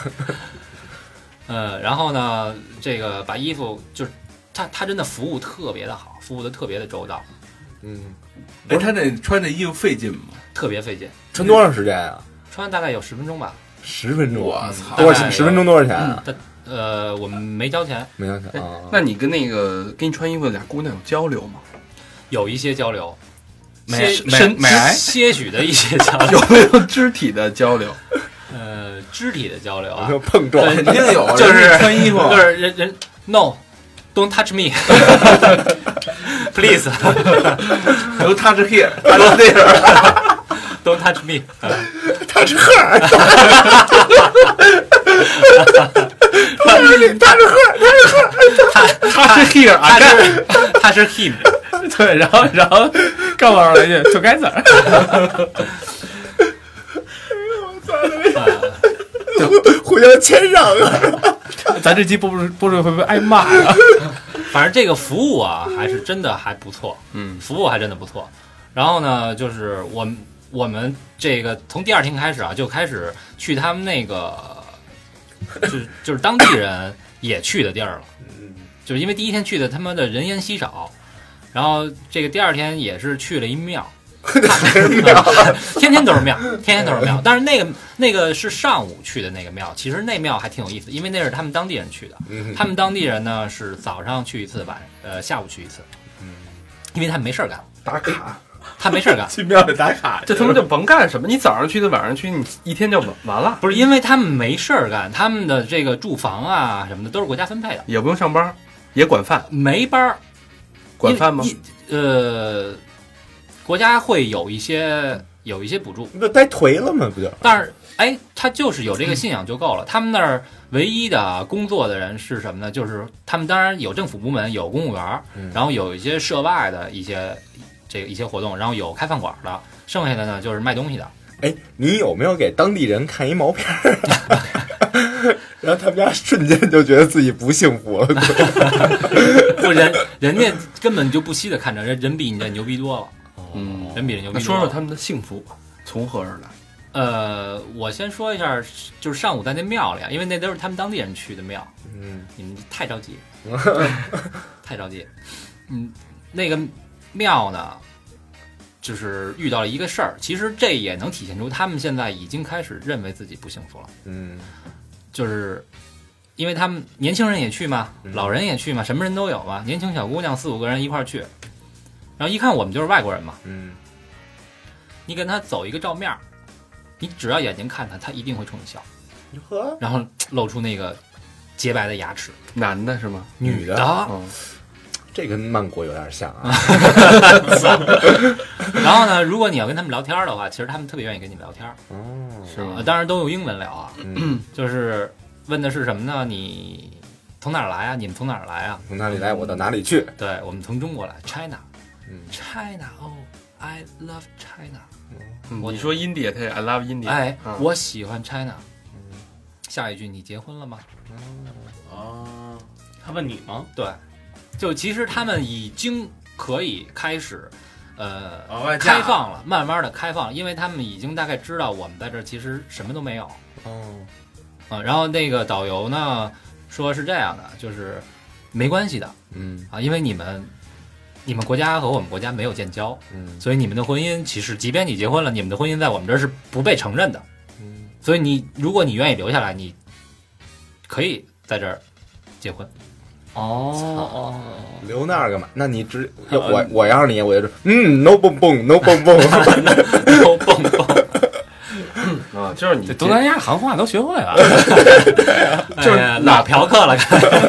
然后呢，这个把衣服就是他真的服务特别的好，服务的特别的周到。 哎，他那穿这衣服费劲吗？ 特别费劲。 穿多长时间啊？ 穿大概有10分钟吧。 10分钟， 我操！ 多少10分钟多少钱啊？ 我们没交钱， 没交钱啊。 那你跟那个给你穿衣服的俩姑娘有交流吗？ 有一些交流， 美些许的一些交流。 有没有肢体的交流？ 肢体的交流啊， 碰撞肯定有， 就是穿衣服， 就是人 no。Don't touch me, please. Don't touch here, touch there. Don't touch me. touch her. touch here， 他是 him。 对，然后告诉来句就该字儿。 互相谦让啊！ 咱这期播出会不会挨骂呀？ 反正这个服务啊，还是真的还不错，服务还真的不错。然后呢，就是我们这个从第2天开始啊，就开始去他们那个，就是当地人也去的地儿了。就是因为第1天去的他们的人烟稀少，然后这个第2天也是去了一庙。天天都是庙，但是那个是上午去的那个庙，其实那庙还挺有意思，因为那是他们当地人去的。他们当地人呢是早上去一次，下午去一次，因为他们没事干， 打卡。 他没事干， 去庙里打卡， 这他妈就甭干什么，你早上去的，晚上去，你1天就完了。 不是因为他们没事干，他们的这个住房啊什么的都是国家分配的， 也不用上班，也管饭， 没班管饭吗？ 国家会有一些补助， 不待颓了吗？不就？ 但是他就是有这个信仰就够了。他们那儿唯一的工作的人是什么呢？就是他们当然有政府部门，有公务员，然后有一些涉外的一些活动，然后有开饭馆的，剩下的呢就是卖东西的。 哎，你有没有给当地人看一毛片儿？然后他们家瞬间就觉得自己不幸福了。 不，人家根本就不稀的看着人比你这牛逼多了。人比人牛逼多了。 说说他们的幸福从何而来？ 我先说一下，就是上午在那庙里啊，因为那都是他们当地人去的庙。你们太着急，太着急。那个庙呢，就是遇到了一个事儿，其实这也能体现出他们现在已经开始认为自己不幸福了。就是因为他们年轻人也去嘛，老人也去嘛，什么人都有嘛，年轻小姑娘4、5个人一块儿去，然后一看我们就是外国人嘛，你跟他走一个照面，你只要眼睛看他，他一定会冲你笑，然后露出那个洁白的牙齿。 男的是吗？ 女的。 这跟曼谷有点像啊。 然后呢，如果你要跟他们聊天的话，其实他们特别愿意跟你聊天。 哦， 是吗？ 当然都用英文聊啊， 嗯， 就是问的是什么呢？你从哪儿来啊？你们从哪儿来啊？ 从哪里来我到哪里去。 对，我们从中国来 ，China，China， 嗯哦，I love China。 你说 India， 他也 I love India。 哎，我喜欢 China。下一句，你结婚了吗？ 哦， 他问你吗？ 对，就其实他们已经可以开始， 开放了，慢慢的开放，因为他们已经大概知道我们在这儿其实什么都没有。 哦， 然后那个导游呢说是这样的，就是没关系的，因为你们国家和我们国家没有建交，所以你们的婚姻其实即便你结婚了，你们的婚姻在我们这儿是不被承认的，所以如果你愿意留下来，你可以在这儿结婚。 留那儿干嘛？那你我要是你，我就no 蹦蹦 no 蹦蹦 no 蹦蹦。 啊，就是你东南亚行话都学会了， 就是老嫖客了。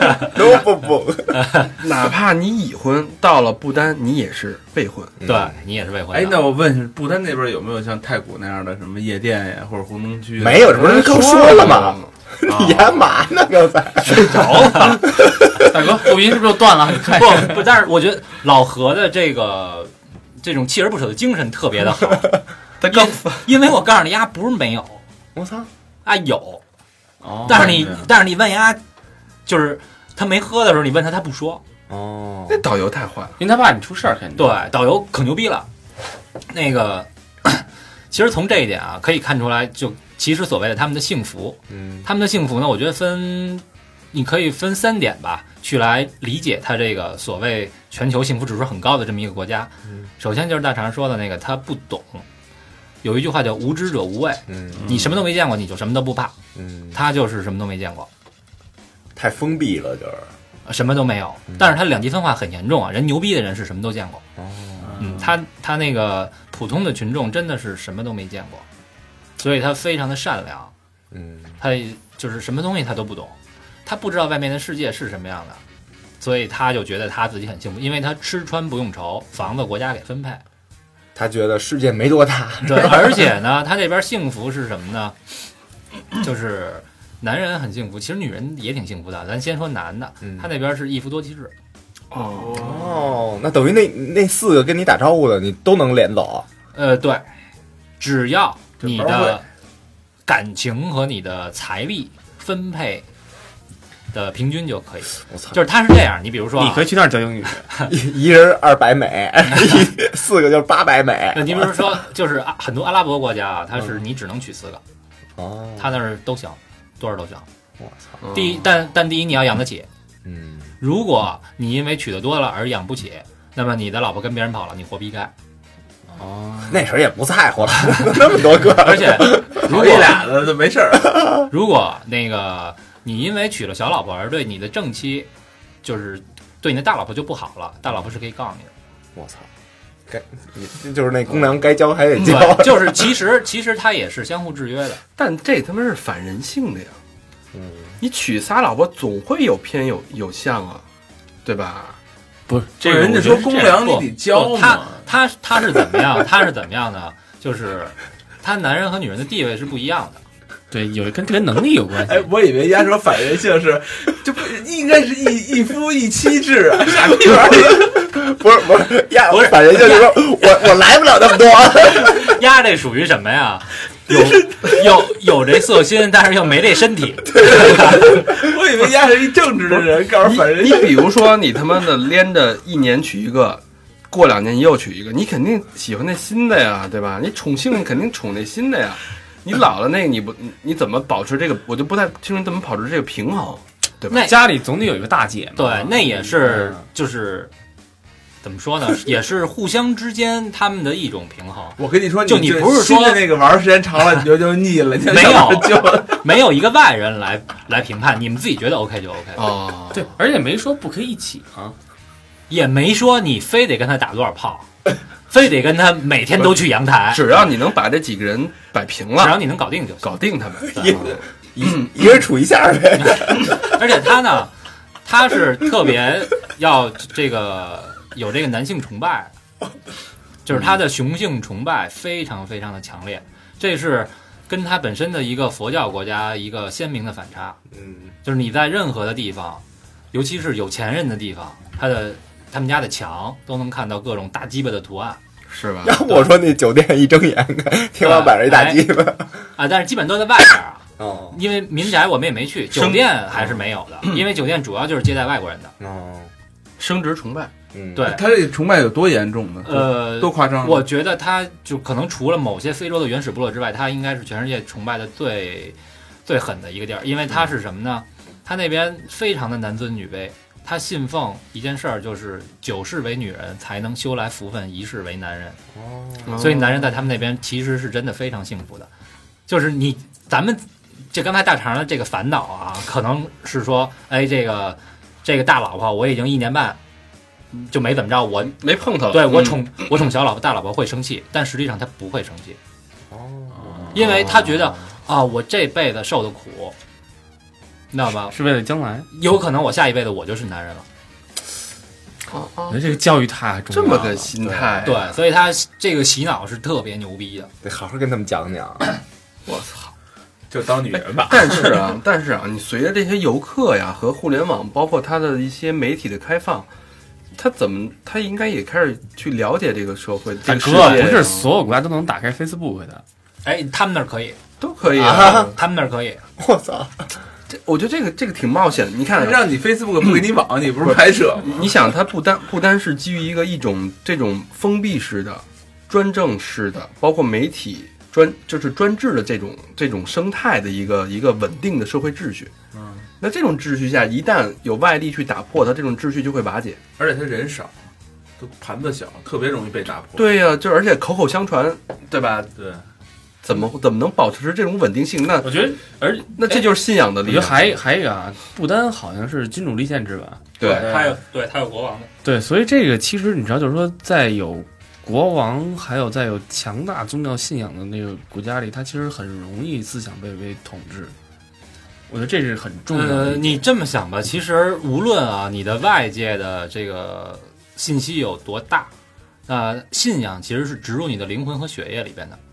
no 蹦蹦， 哪怕你已婚，到了不丹你也是未婚， 对你也是未婚。 哎，那我问，不丹那边有没有像太古那样的什么夜店呀，或者红灯区？ 没有，这不是刚说了吗？你干嘛呢？刚才睡着了， 大哥，录音是不是又断了？ 不，但是我觉得老何的这种锲而不舍的精神特别的好。因为我告诉你，丫不是没有， 我操啊有，但是你问丫，就是他没喝的时候，你问他，他不说。 哦， 那导游太坏了， 因为他怕你出事儿，肯定。 对，导游可牛逼了。那个，其实从这一点啊，可以看出来，就其实所谓的他们的幸福，他们的幸福呢，我觉得你可以分3点吧，去来理解他这个所谓全球幸福指数很高的这么一个国家。首先就是大肠说的那个，他不懂。有一句话叫无知者无畏，你什么都没见过，你就什么都不怕。他就是什么都没见过， 太封闭了，就是什么都没有。但是他两极分化很严重啊，人牛逼的人是什么都见过。他那个普通的群众真的是什么都没见过，所以他非常的善良。他就是什么东西他都不懂，他不知道外面的世界是什么样的，所以他就觉得他自己很幸福，因为他吃穿不用愁，房子国家给分配。 他觉得世界没多大， 对，而且呢，他这边幸福是什么呢？就是男人很幸福，其实女人也挺幸福的。咱先说男的，他那边是一夫多妻制。 那等于那4个跟你打招呼的，你都能连走。 对，只要你的感情和你的财力分配的平均就可以。 我操， 就是他是这样，你比如说， 你可以去那儿教英语， 一人200美，4个就是800美。 你比如说，就是很多阿拉伯国家啊，它是你只能娶4个，他那儿都行，多少都行。 我操！ 第一，但第一你要养得起。如果你因为娶的多了而养不起，那么你的老婆跟别人跑了，你活逼该。 那时候也不在乎了，那么多个， 而且如果俩的就没事儿。 如果那个你因为娶了小老婆而对你的正妻，就是对你的大老婆就不好了，大老婆是可以告你的。 我操！就是那公粮该交还得交， 对，就是其实它也是相互制约的， 但这他妈是反人性的呀。你娶仨老婆总会有偏有向啊，对吧？ 不是， 这人家说公粮你得交嘛。 他是怎么样？他是怎么样呢？就是他男人和女人的地位是不一样的。 对，跟能力有关系。 哎，我以为丫说反人性是，这不应该是一夫一妻制啊？傻逼玩意儿！ 不是丫，我反人性就是说我来不了那么多。 丫这属于什么呀？有这色心，但是又没这身体。 我以为丫是一正直的人，告诉反人性。 你比如说，你他妈的连着1年娶一个，过2年你又娶一个，你肯定喜欢那新的呀，对吧？你宠幸肯定宠那新的呀。你老了那个你怎么保持这个？我就不太清楚你怎么保持这个平衡，对吧？ 那家里总得有一个大姐嘛。 对，那也是就是怎么说呢？也是互相之间他们的一种平衡。 我跟你说， 就你不是说那个玩时间长了你就腻了， 没有一个外人来评判，你们自己觉得 OK 就 OK。 哦， 对，而且没说不可以一起啊， 也没说你非得跟他打多少炮。非得跟他每天都去阳台， 只要你能把这几个人摆平了， 只要你能搞定就行， 搞定他们， 一人处一下呗。 而且他呢， 他是特别要这个有这个男性崇拜，就是他的雄性崇拜非常非常的强烈，这是跟他本身的一个佛教国家一个鲜明的反差。就是你在任何的地方，尤其是有钱人的地方，他们家的墙都能看到各种大鸡巴的图案， 是吧？ 要不我说那酒店一睁眼，天花板上一大鸡巴啊，但是基本都在外边啊。 哦， 因为民宅我们也没去，酒店还是没有的，因为酒店主要就是接待外国人的。 哦， 生殖崇拜， 对， 他这崇拜有多严重呢？多夸张？ 我觉得他就可能除了某些非洲的原始部落之外，他应该是全世界崇拜的最狠的一个地儿，因为他是什么呢？他那边非常的男尊女卑，他信奉一件事儿，就是九世为女人才能修来福分，一世为男人。所以男人在他们那边其实是真的非常幸福的，就是咱们。这刚才大肠的这个烦恼啊，可能是说，哎，这个大老婆我已经1年半就没怎么着，我没碰他， 对我宠小老婆大老婆会生气，但实际上他不会生气，因为他觉得啊，我这辈子受的苦，你知道吗？ 是为了将来， 有可能我下一辈子我就是男人了。 我觉得这个教育太重要了， 这么个心态， 对，所以他这个洗脑是特别牛逼的， 得好好跟他们讲讲。 我操！ 就当女人吧。 但是啊，你随着这些游客呀和互联网，包括它的一些媒体的开放，他应该也开始去了解这个社会。这个世界不是所有国家都能打开 Facebook 的。 哎，他们那儿可以， 都可以啊， 他们那儿可以。 我操！ 我觉得这个挺冒险的。你看， 让你 Facebook 不给你网，你不是拍摄？ 你想，它不单是基于一种这种封闭式的、专政式的，包括媒体。就是专制的这种生态的一个稳定的社会秩序，那这种秩序下，一旦有外力去打破它，这种秩序就会瓦解。 而且它人少，都盘子小，特别容易被打破。 对呀，就而且口口相传，对吧？ 对， 怎么能保持这种稳定性？那我觉得， 那这就是信仰的力量。 我觉得还有一个啊，不丹好像是君主立宪制吧？ 对， 他有国王的。 对，所以这个其实你知道，就是说在有国王还有在有强大宗教信仰的那个国家里，他其实很容易思想被统治。我觉得这是很重要的。 你这么想吧，其实无论啊你的外界的这个信息有多大，信仰其实是植入你的灵魂和血液里边的。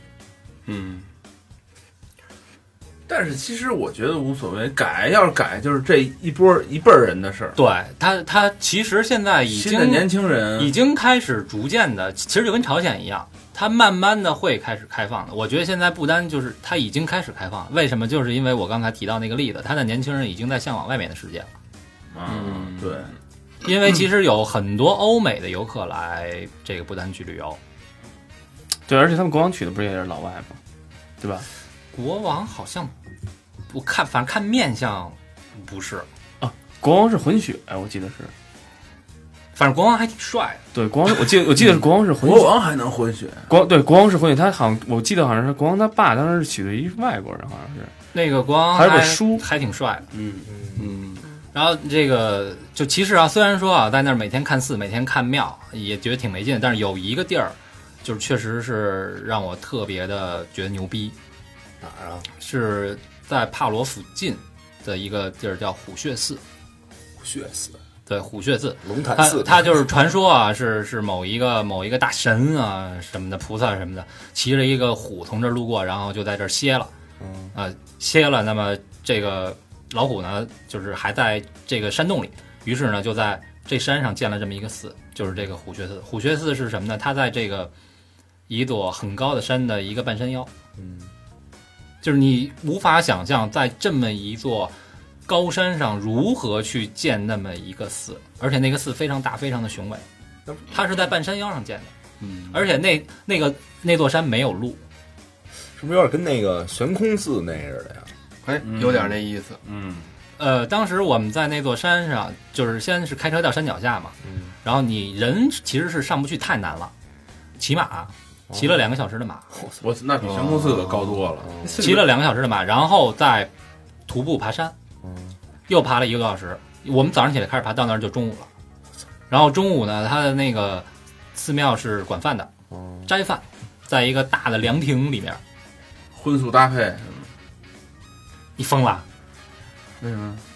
但是其实我觉得无所谓，要是改就是这一辈儿人的事儿。 对他其实现在新的年轻人已经开始逐渐的，其实就跟朝鲜一样，他慢慢的会开始开放的。我觉得现在不单就是他已经开始开放，为什么？就是因为我刚才提到那个例子，他的年轻人已经在向往外面的世界了。 对， 因为其实有很多欧美的游客来这个不丹去旅游。 对，而且他们国王娶的不是也是老外吗？对吧？ 国王好像不看，反正看面相不是啊。国王是混血，我记得是。 反正国王还挺帅的。 对，国王我记得是国王是混血。 国王还能混血？ 国王是混血，他好像我记得好像是国王他爸当时是娶的一外国人，好像是。 那个国王还有本书， 还挺帅的。然后这个就其实啊，虽然说啊，在那儿每天看寺，每天看庙，也觉得挺没劲，但是有一个地儿，就是确实是让我特别的觉得牛逼。 哪儿啊？ 是在帕罗附近的一个地儿，叫虎穴寺。 虎穴寺， 对，虎穴寺， 龙潭寺。 它就是传说啊，是某一个大神啊什么的，菩萨什么的，骑着一个虎从这儿路过，然后就在这儿歇了。歇了。那么这个老虎呢，就是还在这个山洞里，于是呢就在这山上建了这么一个寺，就是这个虎穴寺。虎穴寺是什么呢？它在这个一座很高的山的一个半山腰。就是你无法想象在这么一座高山上如何去建那么一个寺，而且那个寺非常大，非常的雄伟。它是在半山腰上建的，而且那座山没有路， 是不是有点跟那个悬空寺那似的呀？ 哎，有点那意思。 当时我们在那座山上，就是先是开车到山脚下嘛，然后你人其实是上不去，太难了，骑马。骑了2个小时的马， 那比悬空寺可高多了。 骑了2个小时的马，然后再徒步爬山，又爬了1个多小时。我们早上起来开始爬，到那儿就中午了。然后中午呢，它的那个寺庙是管饭的，斋饭，在一个大的凉亭里面， 荤素搭配。 你疯了？ 为什么？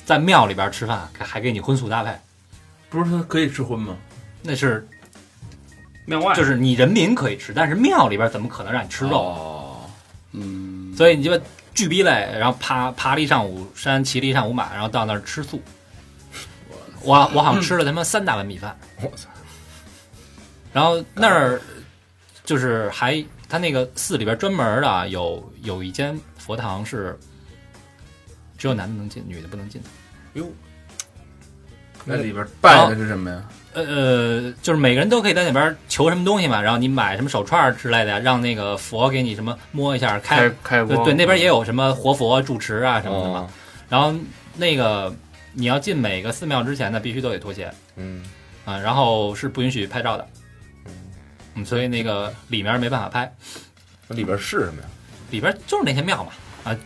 在庙里边吃饭还给你荤素搭配， 不是他可以吃荤吗？ 那是庙外就是你人民可以吃，但是庙里边怎么可能让你吃肉？ 哦， 所以你就巨逼累，然后爬了一上午山，骑了一上午马，然后到那儿吃素。我好像吃了他妈3大碗米饭。 我操！ 然后那儿就是他那个寺里边专门的有一间佛堂是只有男的能进，女的不能进的。 哟， 那里边拜的是什么呀？ 就是每个人都可以在那边求什么东西嘛，然后你买什么手串之类的呀，让那个佛给你什么摸一下开光。 对，那边也有什么活佛住持啊什么的嘛。然后那个你要进每个寺庙之前呢，必须都得脱鞋。然后是不允许拍照的。所以那个里面没办法拍。 里边是什么呀？ 里边就是那些庙嘛。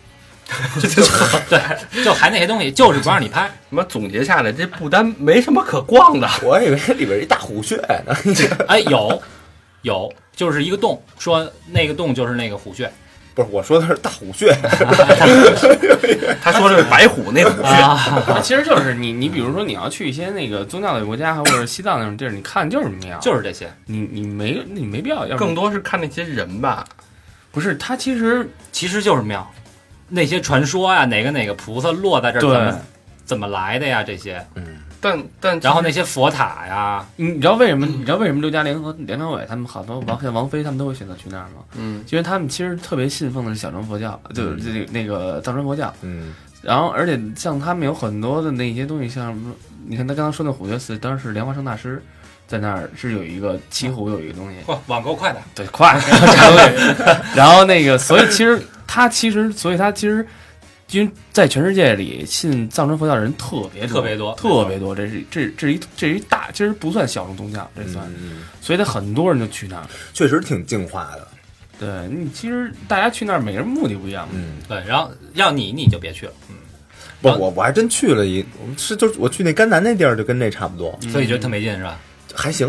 对，就还那些东西，就是不让你拍。 什么总结下来，这不丹没什么可逛的。 我以为里边一大虎穴呢。 哎，有，就是一个洞，说那个洞就是那个虎穴。 不是，我说的是大虎穴。 他说的是白虎那虎穴。 其实就是你比如说你要去一些那个宗教的国家或者西藏那种地儿，你看就是庙， 就是这些。 你没必要， 更多是看那些人吧。 不是，他其实就是庙。那些传说呀，哪个菩萨落在这儿怎么来的呀？这些， 但然后那些佛塔呀， 你知道为什么刘嘉玲和梁朝伟他们好多像王菲他们都会选择去那儿吗？因为他们其实特别信奉的是小乘佛教，就是那个藏传佛教。然后而且像他们有很多的那些东西，像你看他刚刚说那虎穴寺，当时是莲花生大师在那儿是有一个西湖有一个东西， 网购快的， 对快，然后那个所以他其实因为在全世界里信藏传佛教的人特别多，这是一大，其实不算小众宗教，这算，所以他很多人就去那儿， 确实挺净化的。 对你其实大家去那儿每个人目的不一样， 对，然后要你就别去了， 不，我还真去了就是我去那甘南那地儿就跟这差不多， 所以觉得特没劲是吧？ 还行，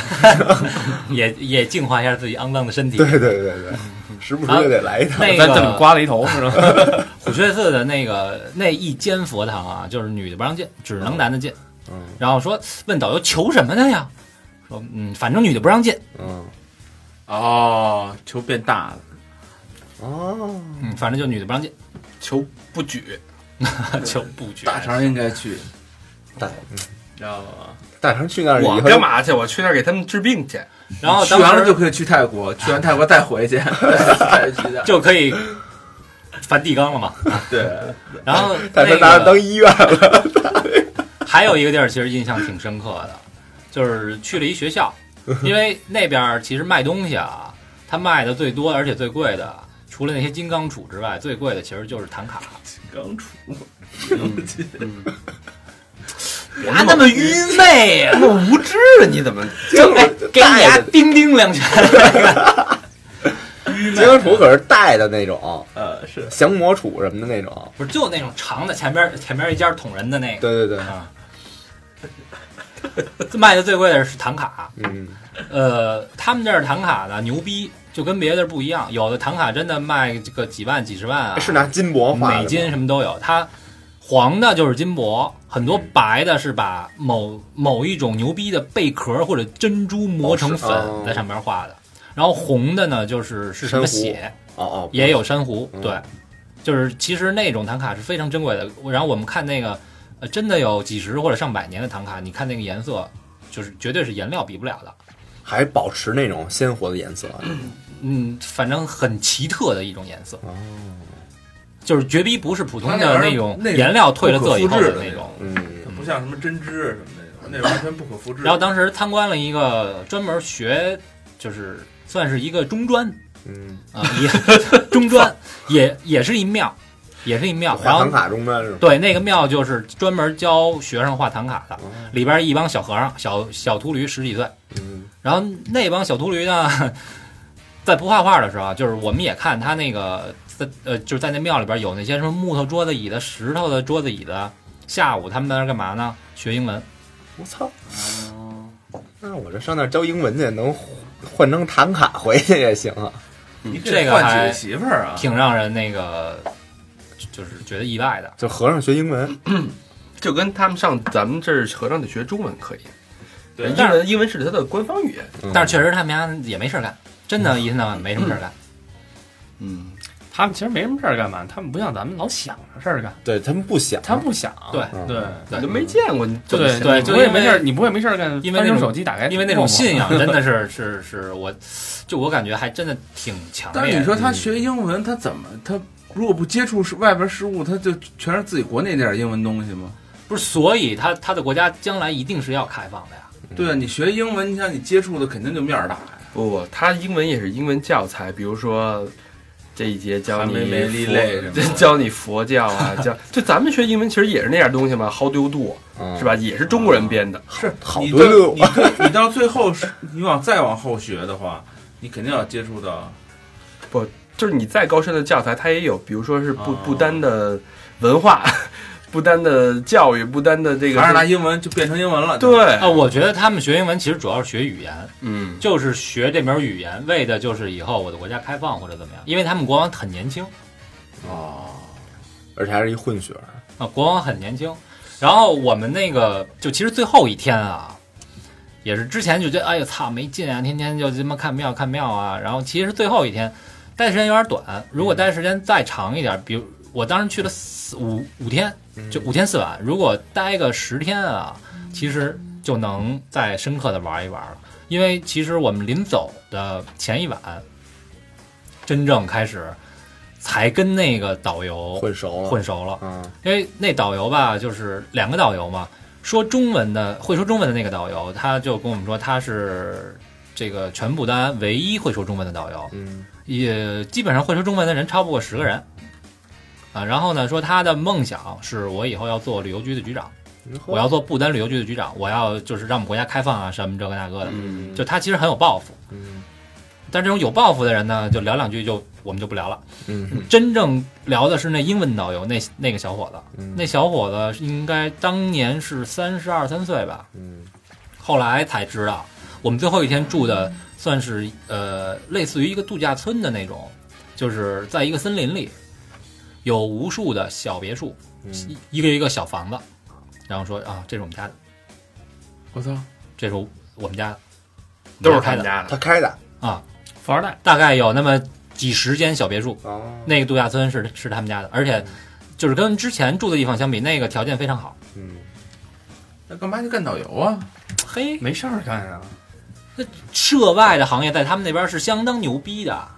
也净化一下自己肮脏的身体。 对，时不时就得来一趟。 那咱这么刮了一头是吧？ 虎穴寺的那一间佛堂啊，就是女的不让进，只能男的进。然后问导游求什么的呀？说反正女的不让进。 求变大了。 反正就女的不让进， 求不举， 求不举。 大肠应该去， 知道吗？ 大肠去那儿以后我干嘛去？我去那儿给他们治病去。 然后去完了就可以去泰国，去完泰国再回去， 就可以梵蒂冈了嘛。 对。 然后他拿当医院了。 还有一个地儿其实印象挺深刻的，就是去了一学校，因为那边其实卖东西啊，他卖的最多而且最贵的，除了那些金刚杵之外，最贵的其实就是唐卡。 金刚杵。 别那么愚昧呀， 那么无知，你怎么给你丫叮叮两拳？ 金刚杵可是带的那种， 是降魔杵什么的那种， 不是就那种长的，前边一尖捅人的那个。 对啊。卖的最贵的是唐卡，他们这儿唐卡呢牛逼，就跟别的不一样，有的唐卡真的卖这个几万、几十万啊， 是拿金箔画的， 美金什么都有。它黄的就是金箔，很多白的是把某一种牛逼的贝壳或者珍珠磨成粉在上面画的，然后红的呢就是什么血，也有珊瑚，对，就是其实那种唐卡是非常珍贵的。然后我们看那个。真的有几十或者上百年的唐卡，你看那个颜色，就是绝对是颜料比不了的， 还保持那种鲜活的颜色。 反正很奇特的一种颜色。就是绝逼不是普通的那种颜料褪了色以后的那种， 不像什么针织什么那种，那完全不可复制。 然后当时参观了一个专门学，就是算是一个中专，中专也是一庙。也是一庙， 画唐卡中专是吧？ 对，那个庙就是专门教学生画唐卡的，里边一帮小和尚、小秃驴10几岁，然后那帮小秃驴呢，在不画画的时候，就是我们也看他那个，就是在那庙里边有那些什么木头桌子椅子、石头的桌子椅子，下午他们在那干嘛呢？学英文。 我操！那我这上那教英文去，能换成唐卡回去也行啊。 这个还媳妇儿啊， 挺让人那个。就是觉得意外的， 就和尚学英文， 就跟他们上咱们这儿合唱得学中文可以， 对， 英文是他的官方语言， 但是确实他们家也没事干，真的一天到晚没什么事干。 嗯， 他们其实没什么事儿干嘛，他们不像咱们老想着事儿干， 对他们不想， 他们不想， 对对你都没见过，你对对， 就不会没事儿，你不会没事儿干， 因为那种手机打开， 因为那种信仰真的是我感觉还真的挺强烈的。 但是你说他学英文，他怎么他如果不接触外边事物，他就全是自己国内那点英文东西吗？ 不是，所以他的国家将来一定是要开放的呀。 对啊，你学英文，你想你接触的肯定就面儿大呀。 不，他英文也是英文教材，比如说。这一节教你教你佛教啊，就咱们学英文其实也是那样东西嘛 ，How do you do，是吧？也是中国人编的。 是， 好多你到最后你再往后学的话，你肯定要接触到。 不，就是你再高深的教材，它也有，比如说是不单的文化。不单的教育，不单的这个， 还是拿英文就变成英文了。 对啊，我觉得他们学英文其实主要是学语言， 就是学这门语言，为的就是以后我的国家开放或者怎么样。因为他们国王很年轻， 而且还是一混血啊，国王很年轻。然后我们那个就其实最后一天啊，也是之前就觉得哎呀操没劲啊，天天就这么看庙啊。然后其实最后一天待时间有点短，如果待时间再长一点，比如我当时去了五天。就5天4晚，如果待个10天啊，其实就能再深刻的玩一玩了。因为其实我们临走的前一晚，真正开始才跟那个导游混熟了。因为那导游吧，就是2个导游嘛，会说中文的那个导游，他就跟我们说他是这个全不丹唯一会说中文的导游，也基本上会说中文的人超不过10个人。然后呢，说他的梦想是我以后要做旅游局的局长，我要做不丹旅游局的局长，我要就是让我们国家开放啊，什么这个那个的，就他其实很有抱负。但这种有抱负的人呢，就聊2句我们就不聊了。真正聊的是那英文导游那个小伙子，那小伙子应该当年是32、3岁吧。后来才知道，我们最后一天住的算是类似于一个度假村的那种，就是在一个森林里。有无数的小别墅，一个一个小房子，然后说啊，这是我们家的。 我操， 这是我们家的， 都是他们家的， 他开的啊， 富二代， 大概有那么几10间小别墅。那个度假村是他们家的，而且就是跟之前住的地方相比，那个条件非常好。 那干嘛去干导游啊？ 嘿， 没事儿干啊。 那涉外的行业在他们那边是相当牛逼的。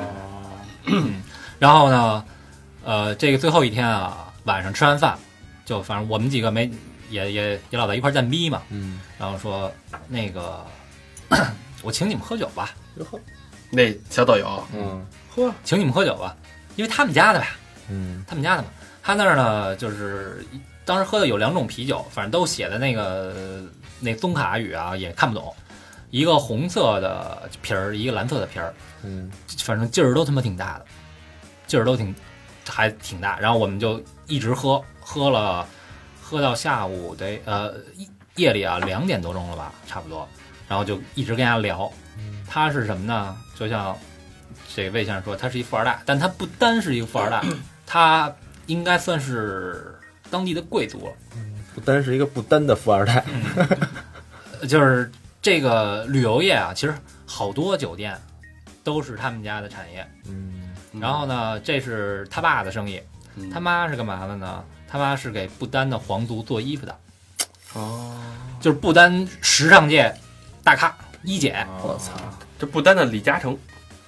然后呢？这个最后一天啊，晚上吃完饭，就反正我们几个也老在一块站逼嘛，然后说那个我请你们喝酒吧， 那小导游， 请你们喝酒吧，因为他们家的呗，他们家的嘛，他那儿呢就是当时喝的有2种啤酒，反正都写的那宗卡语啊，也看不懂，一个红色的瓶儿，一个蓝色的瓶儿，反正劲儿都他妈挺大的，劲儿都还挺大，然后我们就一直喝到下午得夜里啊2点多钟了吧，差不多，然后就一直跟人家聊。他是什么呢？就像这个魏先生说，他是一富二代，但他不单是一个富二代，他应该算是当地的贵族了。 不单是一个不丹的富二代， 就是这个旅游业啊，其实好多酒店都是他们家的产业。然后呢，这是他爸的生意，他妈是干嘛的呢？他妈是给不丹的皇族做衣服的，就是不丹时尚界大咖一姐。 我操， 这不丹的李嘉诚，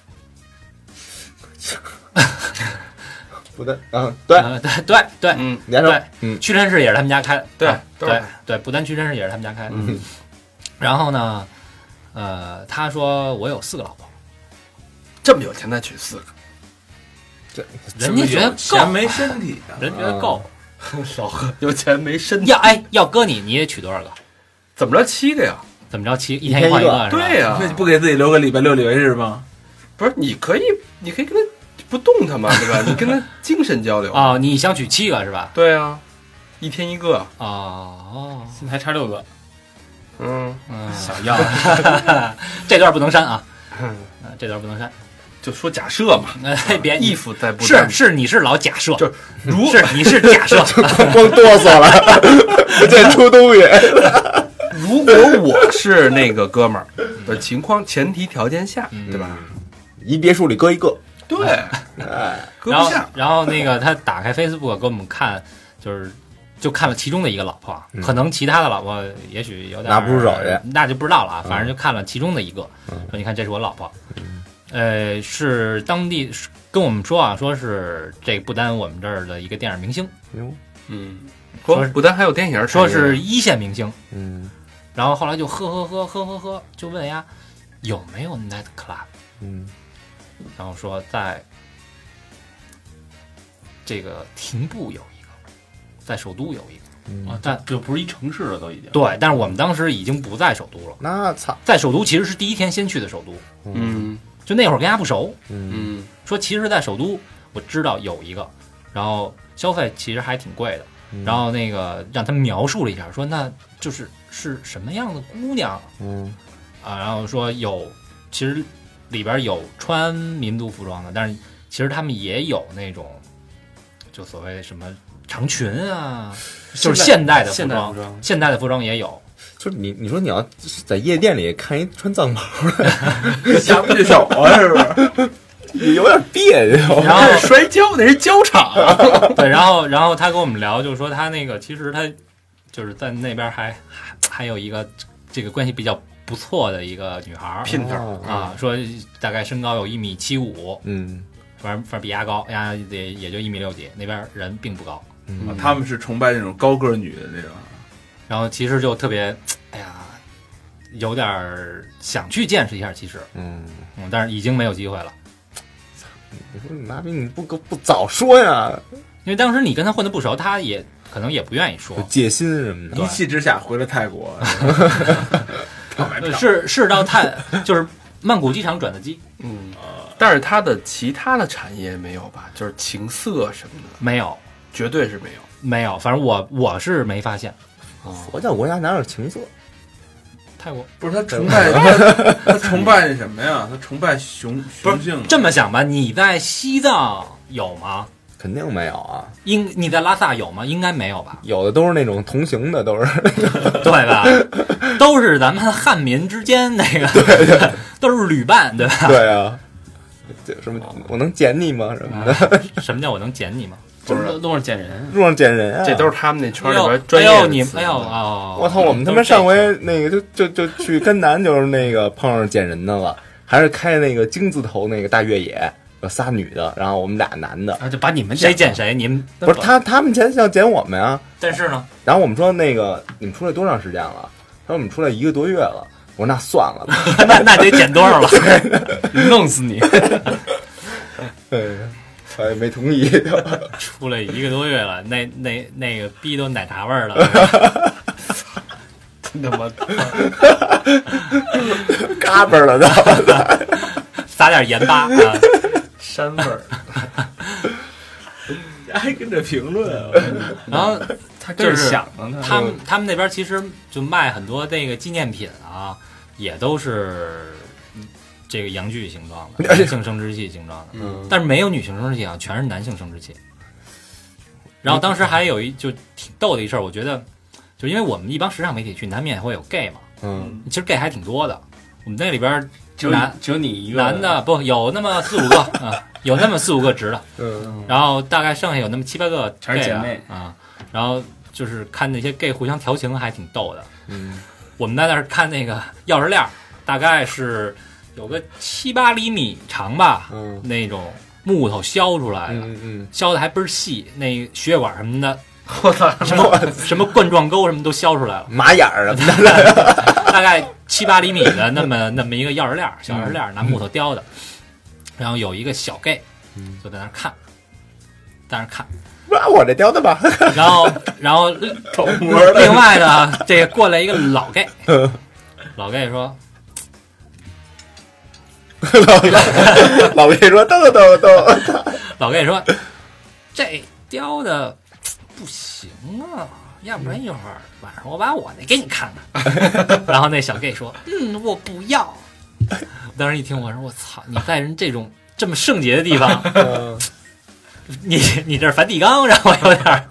不丹，对， 你还说，屈臣氏也是他们家开的，对，不丹屈臣氏也是他们家开的。然后呢，他说我有4个老婆， 这么有钱再娶4个。 人家觉得够， 钱没身体， 人觉得够。 少喝，有钱没身体。 要搁你也娶多少个？ 怎么着7个呀？ 怎么着7？一天换一个？ 对呀， 那不给自己留个礼拜6、礼拜日吗？ 不是，你可以跟他不动他嘛，对吧？你跟他精神交流啊。你想娶7个是吧？ 对啊，一天1个现在还差6个。 小样，这段不能删啊。这段不能删。 就说假设嘛， 别 if 在不断是你是老假设， 就你是假设， 光哆嗦了，不见出东西。 如果我是那个哥们儿的情况前提条件下，对吧？ 一别墅里搁一个， 对，搁不下。 然后那个他打开 Facebook 给我们看，就看了其中的一个老婆，可能其他的老婆也许有点拿不出手去， 那就不知道了啊。反正就看了其中的一个，说你看这是我老婆，是当地跟我们说啊，说是这不丹我们这儿的一个电影明星， 说不丹还有电影， 说是一线明星，然后后来就喝，就问呀有没有 night club，然后说在这个廷布有一个，在首都有一个， 但就不是一城市了，都已经。 对，但是我们当时已经不在首都了。 那操， 在首都其实是第一天先去的首都，就那会儿跟人家不熟，说其实，在首都我知道有一个，然后消费其实还挺贵的，然后那个让他描述了一下，说那就是什么样的姑娘，然后说其实里边有穿民族服装的，但是其实他们也有那种就所谓什么长裙啊，就是现代的服装，现代的服装也有。 就是你说你要在夜店里看一穿藏袍的， 下不去手啊，是不是？ 有点别扭。 然后摔跤那是跤场， 对，然后他跟我们聊，就是说他那个其实他就是在那边还有一个这个关系比较不错的一个女孩姘头啊，说大概身高有1.75米，反正比丫高，丫也就1.6米几，那边人并不高。 他们是崇拜那种高个女的那种。 然后其实就特别，哎呀，有点想去见识一下，其实，但是已经没有机会了。 你说你妈逼，你不早说呀？ 因为当时你跟他混得不熟，他也可能也不愿意说， 戒心什么的。 一气之下回了泰国， 是到就是曼谷机场转的机， 但是他的其他的产业没有吧？就是情色什么的， 没有， 绝对是没有。 反正我是没发现。 佛教国家哪有情色？ 泰国不是他崇拜他崇拜那什么呀？他崇拜雄性。 这么想吧，你在西藏有吗？ 肯定没有啊。 你在拉萨有吗？应该没有吧？ 有的都是那种同行的，都是对吧？都是咱们汉民之间那个，对，都是旅伴，对吧？ 对啊。什么？我能捡你吗？什么的？ 什么叫我能捡你吗？ 路上捡人， 路上捡人啊！ 这都是他们那圈里边专业的词。 我操！我们他妈上回那个就去甘南，就是那个碰上捡人的了，还是开那个金字头那个大越野，有仨女的，然后我们俩男的， 就把你们谁捡谁？你们不是他们前要捡我们啊？ 但是呢， 然后我们说那个你们出来多长时间了？他说我们出来1个多月了。我说那算了吧， 那得捡多少了？ 弄死你！ 哎，没同意。 出来1个多月了，那个逼都奶茶味儿了， 真他妈嘎嘣了都， 撒点盐巴啊， 膻味儿。 还跟着评论， 然后他就是想呢， 他们那边其实就卖很多那个纪念品啊，也都是这个阳具形状的，男性生殖器形状的，但是没有女性生殖器啊，全是男性生殖器。然后当时还有就挺逗的一事儿，我觉得，就因为我们一帮时尚媒体去，难免会有 gay 嘛，其实 gay 还挺多的。我们那里边只有你一个男的，不有那么4-5个啊，有那么4-5个直的，然后大概剩下有那么7-8个 gay 姐妹啊，然后就是看那些 gay 互相调情还挺逗的。我们在那儿看那个钥匙链，大概是有个7-8厘米长吧，那种木头削出来的，削的还倍儿细，那血管什么的， 我操， 什么冠状沟什么都削出来了， 马眼儿什么的， 大概7-8厘米的那么一个钥匙链，小钥匙链拿木头雕的，然后有一个小 gay 就在那儿看， 那我这雕的吧， 然后另外的这个过来一个老 gay， 老 gay 说。 老 gay 说逗， 老 gay 说这雕的不行啊，要不然一会儿晚上我把我那给你看看。然后那小 gay 说我不要。当时一听我说我操，你在人这种这么圣洁的地方，你这是梵蒂冈，让我有点儿。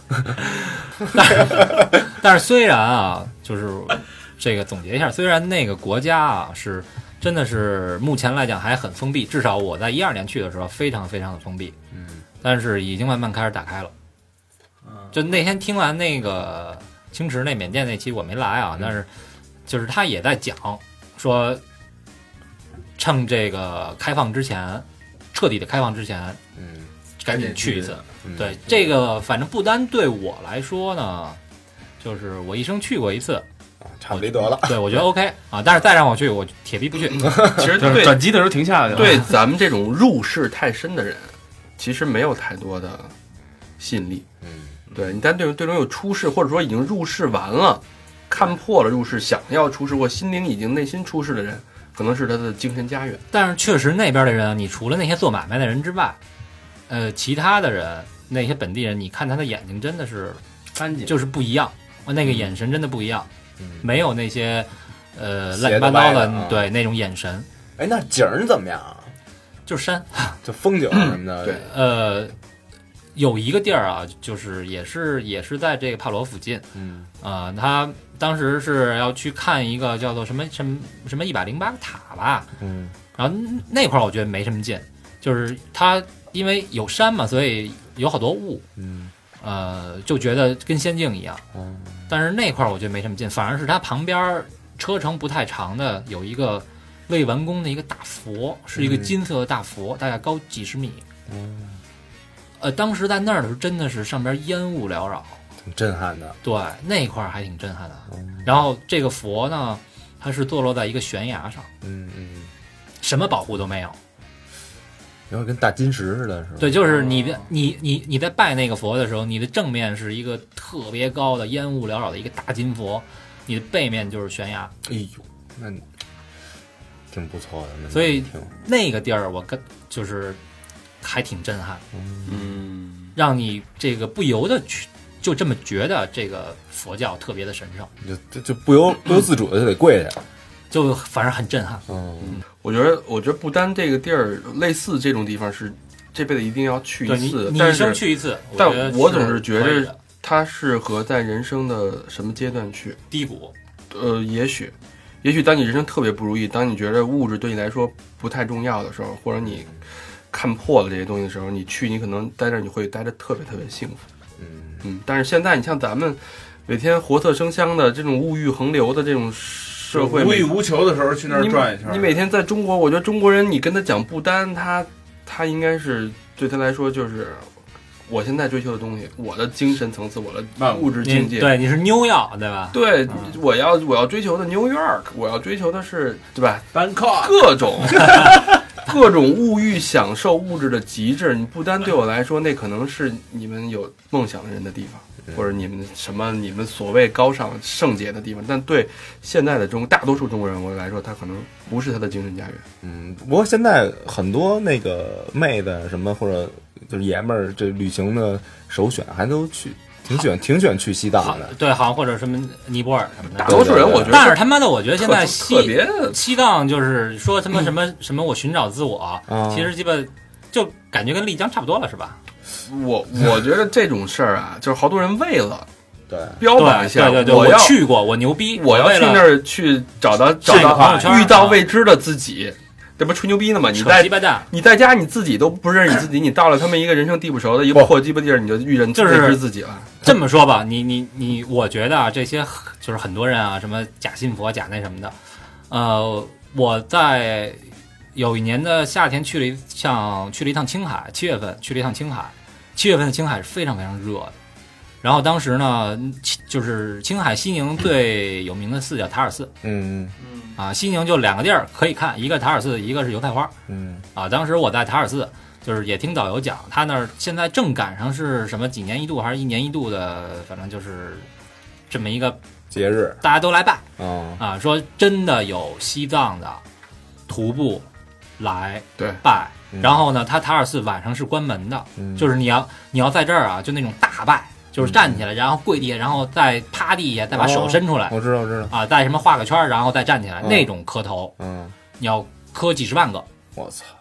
但是虽然啊，就是这个总结一下，虽然那个国家啊是真的是目前来讲还很封闭，至少我在12年去的时候非常非常的封闭，但是已经慢慢开始打开了。就那天听完那个青池那缅甸那期我没来啊，但是就是他也在讲说，趁这个开放之前，彻底的开放之前，赶紧去一次。对，这个反正不单对我来说呢，就是我一生去过一次， 差不离得了。 对，我觉得 OK 啊，但是再让我去，我铁逼不去。 其实就是转机的时候停下来了。 对咱们这种入世太深的人，其实没有太多的吸引力。对你，但对这种有出世或者说已经入世完了，看破了入世，想要出世或心灵已经内心出世的人，可能是他的精神家园。 但是确实那边的人，你除了那些做买卖的人之外，其他的人，那些本地人，你看他的眼睛真的是干净， 就是不一样，那个眼神真的不一样，没有那些乱七八糟的对那种眼神。 哎，那景儿怎么样啊？ 就是山， 就风景什么的。 对， 有一个地儿啊，就是也是在这个帕罗附近，他当时是要去看一个叫做什么108个塔吧，然后那块儿我觉得没什么劲，就是它因为有山嘛，所以有好多雾，就觉得跟仙境一样，但是那块儿我觉得没什么劲，反而是它旁边车程不太长的有一个未完工的一个大佛，是一个金色的大佛，大概高几十米。当时在那儿的时候，真的是上边烟雾缭绕， 挺震撼的。 对，那块儿还挺震撼的。然后这个佛呢，它是坐落在一个悬崖上，什么保护都没有， 有点跟大金石似的，是吧？ 对，就是你在拜那个佛的时候，你的正面是一个特别高的烟雾缭绕的一个大金佛，你的背面就是悬崖。 哎呦，那挺不错的。 所以那个地儿我就是还挺震撼，让你这个不由得去就这么觉得这个佛教特别的神圣， 就不由自主的就得跪下， 就反正很震撼。 我觉得不丹这个地儿类似这种地方是这辈子一定要去一次， 你一生去一次， 但我总是觉得它适合在人生的什么阶段去？ 低谷。 也许当你人生特别不如意，当你觉得物质对你来说不太重要的时候，或者你看破了这些东西的时候，你可能待这儿你会待着特别特别幸福。但是现在你像咱们每天活色生香的这种物欲横流的这种社会， 无欲无求的时候去那儿转一圈。 你每天在中国，我觉得中国人你跟他讲不丹，他应该是对他来说就是我现在追求的东西，我的精神层次，我的物质境界。 对，你是New York对吧？ 对，我要追求的 New York， 我要追求的是对吧 ？Bangkok， 各种物欲享受物质的极致。你不丹对我来说，那可能是你们有梦想的人的地方，或者你们所谓高尚圣洁的地方。但对现在的大多数中国人我来说，他可能不是他的精神家园。 不过现在很多那个妹子什么或者就是爷们儿，这旅行的首选还都去。挺喜欢去西藏的， 对，好像或者什么尼泊尔什么的。 大多数人我觉得， 但是他妈的，我觉得现在西藏就是说什么我寻找自我，其实基本就感觉跟丽江差不多了，是吧？ 我觉得这种事儿啊，就是好多人为了对标榜一下， 对，我去过，我牛逼， 我要去那儿去找到遇到未知的自己。这不吹牛逼呢吗？你在家你自己都不认识你自己，你到了他们一个人生地不熟的一个破鸡巴地儿，你就遇人未知自己了。 这么说吧，你，我觉得啊，这些就是很多人啊，什么假信佛、假那什么的，我在有一年的夏天去了一趟青海，7月份去了一趟青海，7月份的青海是非常非常热的。然后当时呢，就是青海西宁最有名的寺叫塔尔寺，西宁就2个地儿可以看，一个塔尔寺，一个是油菜花，当时我在塔尔寺，就是也听导游讲，他那儿现在正赶上是什么几年一度还是1年1度的，反正就是这么一个节日， 大家都来拜，说真的有西藏的徒步来拜，然后呢，他塔尔寺晚上是关门的，就是你要在这儿啊，就那种大拜。就是站起来，然后跪地下，然后再趴地下，再把手伸出来。 我知道啊，再什么画个圈，然后再站起来，那种磕头，你要磕几十万个。 我操！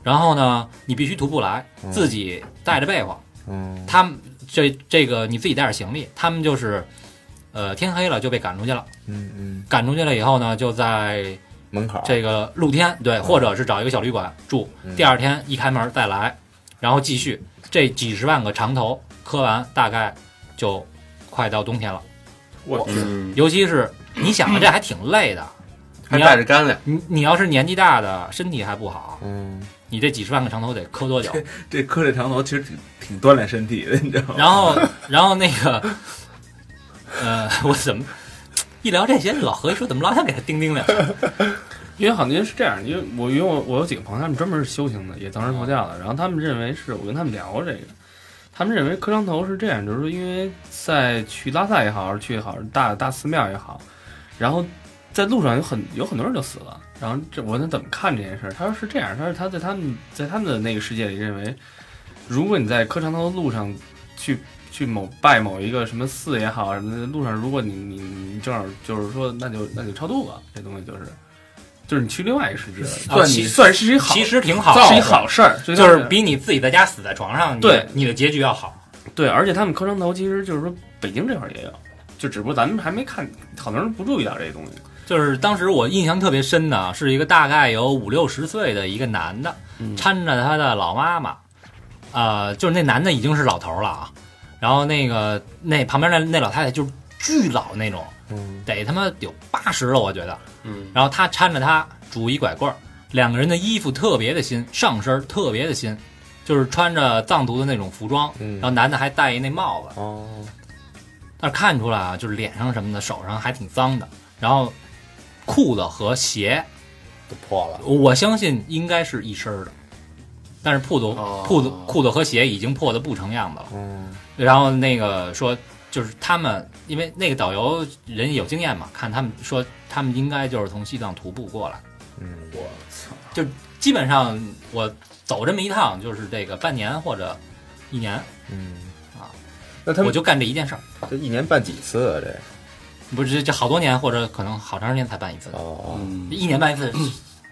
然后呢，你必须徒步来，自己带着被窝。他们这个你自己带点行李，他们就是天黑了就被赶出去了。赶出去了以后呢，就在门口这个露天，对，或者是找一个小旅馆住，第二天一开门再来，然后继续这几十万个长头磕完，大概就快到冬天了。尤其是你想啊，这还挺累的， 还带着干粮。 你要是年纪大的，身体还不好，你这几十万个长头得磕多久？ 这磕这长头其实挺锻炼身体的，你知道吗？然后那个，我怎么一聊这些，老何一说怎么老想给他叮叮两下？ 因为好像是这样，因为我有几个朋友，他们专门是修行的，也藏传佛教的，然后他们认为是我跟他们聊过这个。他们认为磕长头是这样，就是说，因为在去拉萨也好，还是去也好，大寺庙也好，然后在路上有很多人就死了。然后我问他怎么看这件事，他说是这样，他说他在他们的那个世界里认为，如果你在磕长头的路上去拜某一个什么寺也好什么的路上，如果你正好就是说那就超度了，这东西就是你去另外一个世界了，算是一好， 其实挺好， 是一好事儿， 就是比你自己在家死在床上， 对你的结局要好。 对，而且他们磕长头其实就是说北京这块也有，就只不过咱们还没看，好多人不注意到这东西。 就是当时我印象特别深的是一个大概有50-60岁的一个男的，搀着他的老妈妈，就是那男的已经是老头了啊，然后那旁边那老太太就是巨老那种，得他妈有80了我觉得，然后他搀着他拄一拐棍儿，两个人的衣服特别的新，上身特别的新，就是穿着藏族的那种服装，然后男的还戴一那帽子，但是看出来啊，就是脸上什么的，手上还挺脏的，然后裤子和鞋都破了， 我相信应该是一身的，但是裤子和鞋已经破得不成样子了。然后那个说，就是他们因为那个导游人有经验嘛，看他们说他们应该就是从西藏徒步过来。 我操！ 就基本上我走这么一趟，就是这个半年或者1年。 那他们我就干这一件事儿。 这1年办几次啊？这不是这好多年，或者可能好长时间才办一次。1年办一次，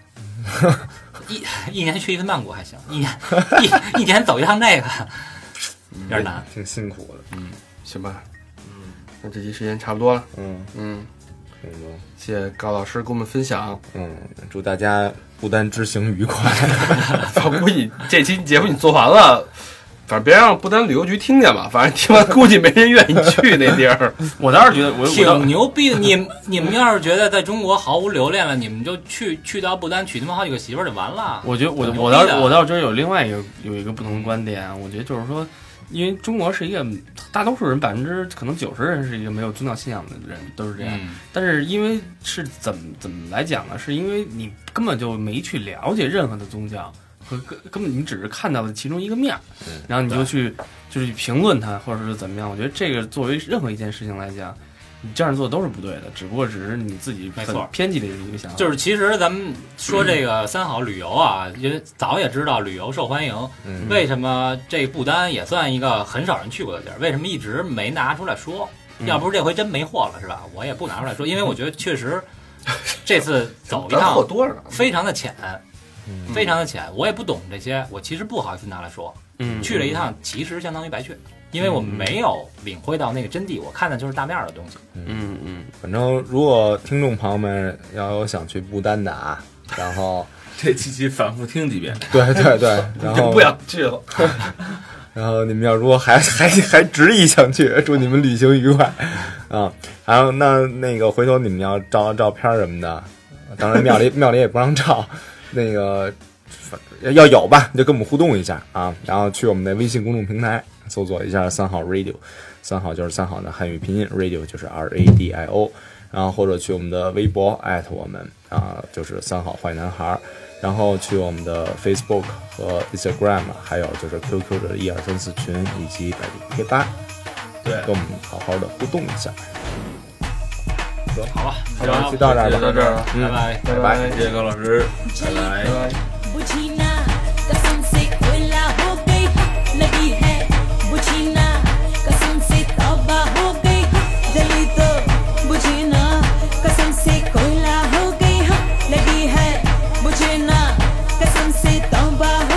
一年去一次曼谷还行，一年走一趟那个有点难， 挺辛苦的。 行吧。那这期时间差不多了。谢谢高老师跟我们分享。 祝大家不丹之行愉快。 我估计这期节目你做完了。反正别让不丹旅游局听见吧，反正听完估计没人愿意去那地儿。 我倒是觉得我挺牛逼的。你们要是觉得在中国毫无留恋了，你们就去到不丹娶他妈好几个媳妇儿就完了。 我觉得我倒觉得有另外有一个不同的观点，我觉得就是说，因为中国是一个大多数人可能90%人是一个没有宗教信仰的人，都是这样。但是因为是怎么来讲呢？是因为你根本就没去了解任何的宗教。根本你只是看到了其中一个面，然后你就去评论它，或者是怎么样。我觉得这个作为任何一件事情来讲，你这样做都是不对的，只不过只是你自己很偏激的一个想法。 就是其实咱们说这个三好旅游啊，因为早也知道旅游受欢迎，为什么这不丹也算一个很少人去过的地儿？为什么一直没拿出来说？要不是这回真没货了是吧？我也不拿出来说，因为我觉得确实这次走一趟非常的浅。非常的浅，我也不懂这些，我其实不好意思拿来说。去了一趟，其实相当于白去，因为我没有领会到那个真谛，我看的就是大面的东西。 反正如果听众朋友们要有想去不丹的啊，然后这期反复听几遍， 对，然后不想去了。 然后你们要如果还执意想去，祝你们旅行愉快啊！然后那个回头你们要照照片什么的，当然庙里也不让照。那个要有吧，你就跟我们互动一下啊，然后去我们的微信公众平台搜索一下三好 radio， 三好就是三好的汉语拼音 radio 就是 RADIO， 然后或者去我们的微博我们啊，就是三好坏男孩，然后去我们的 Facebook 和 Instagram， 还有就是 QQ 的1234群以及百度贴吧，对，跟我们好好的互动一下。 好吧， 就到这儿吧， 拜拜， 谢谢高老师，拜拜。 कसम से तौबा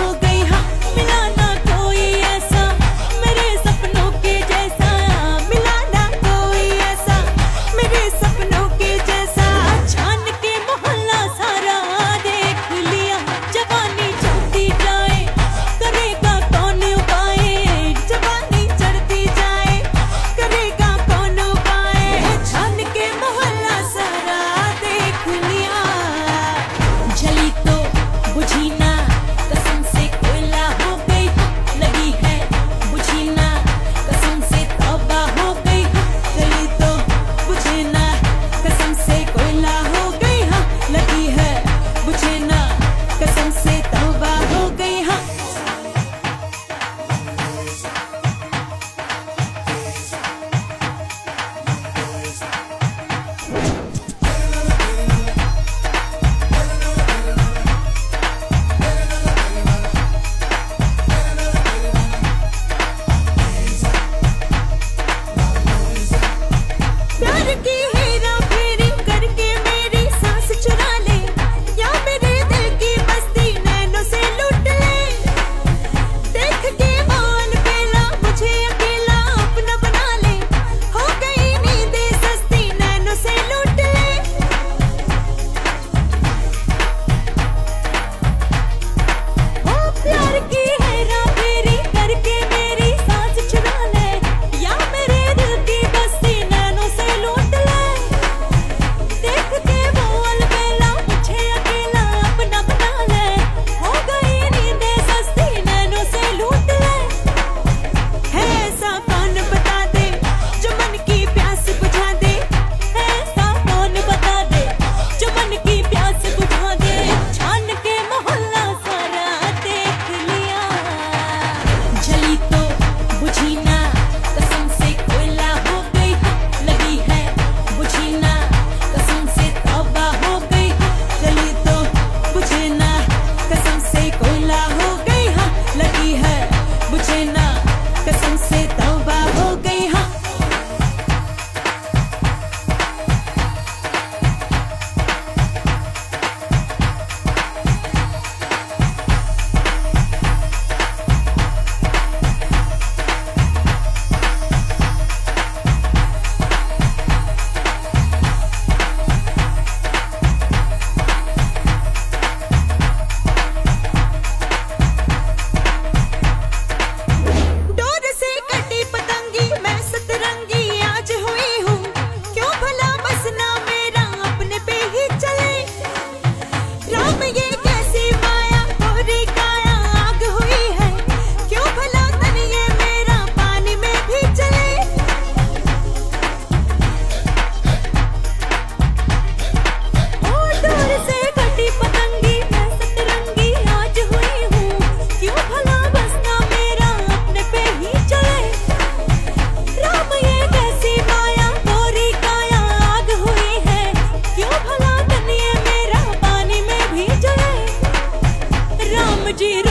Fajira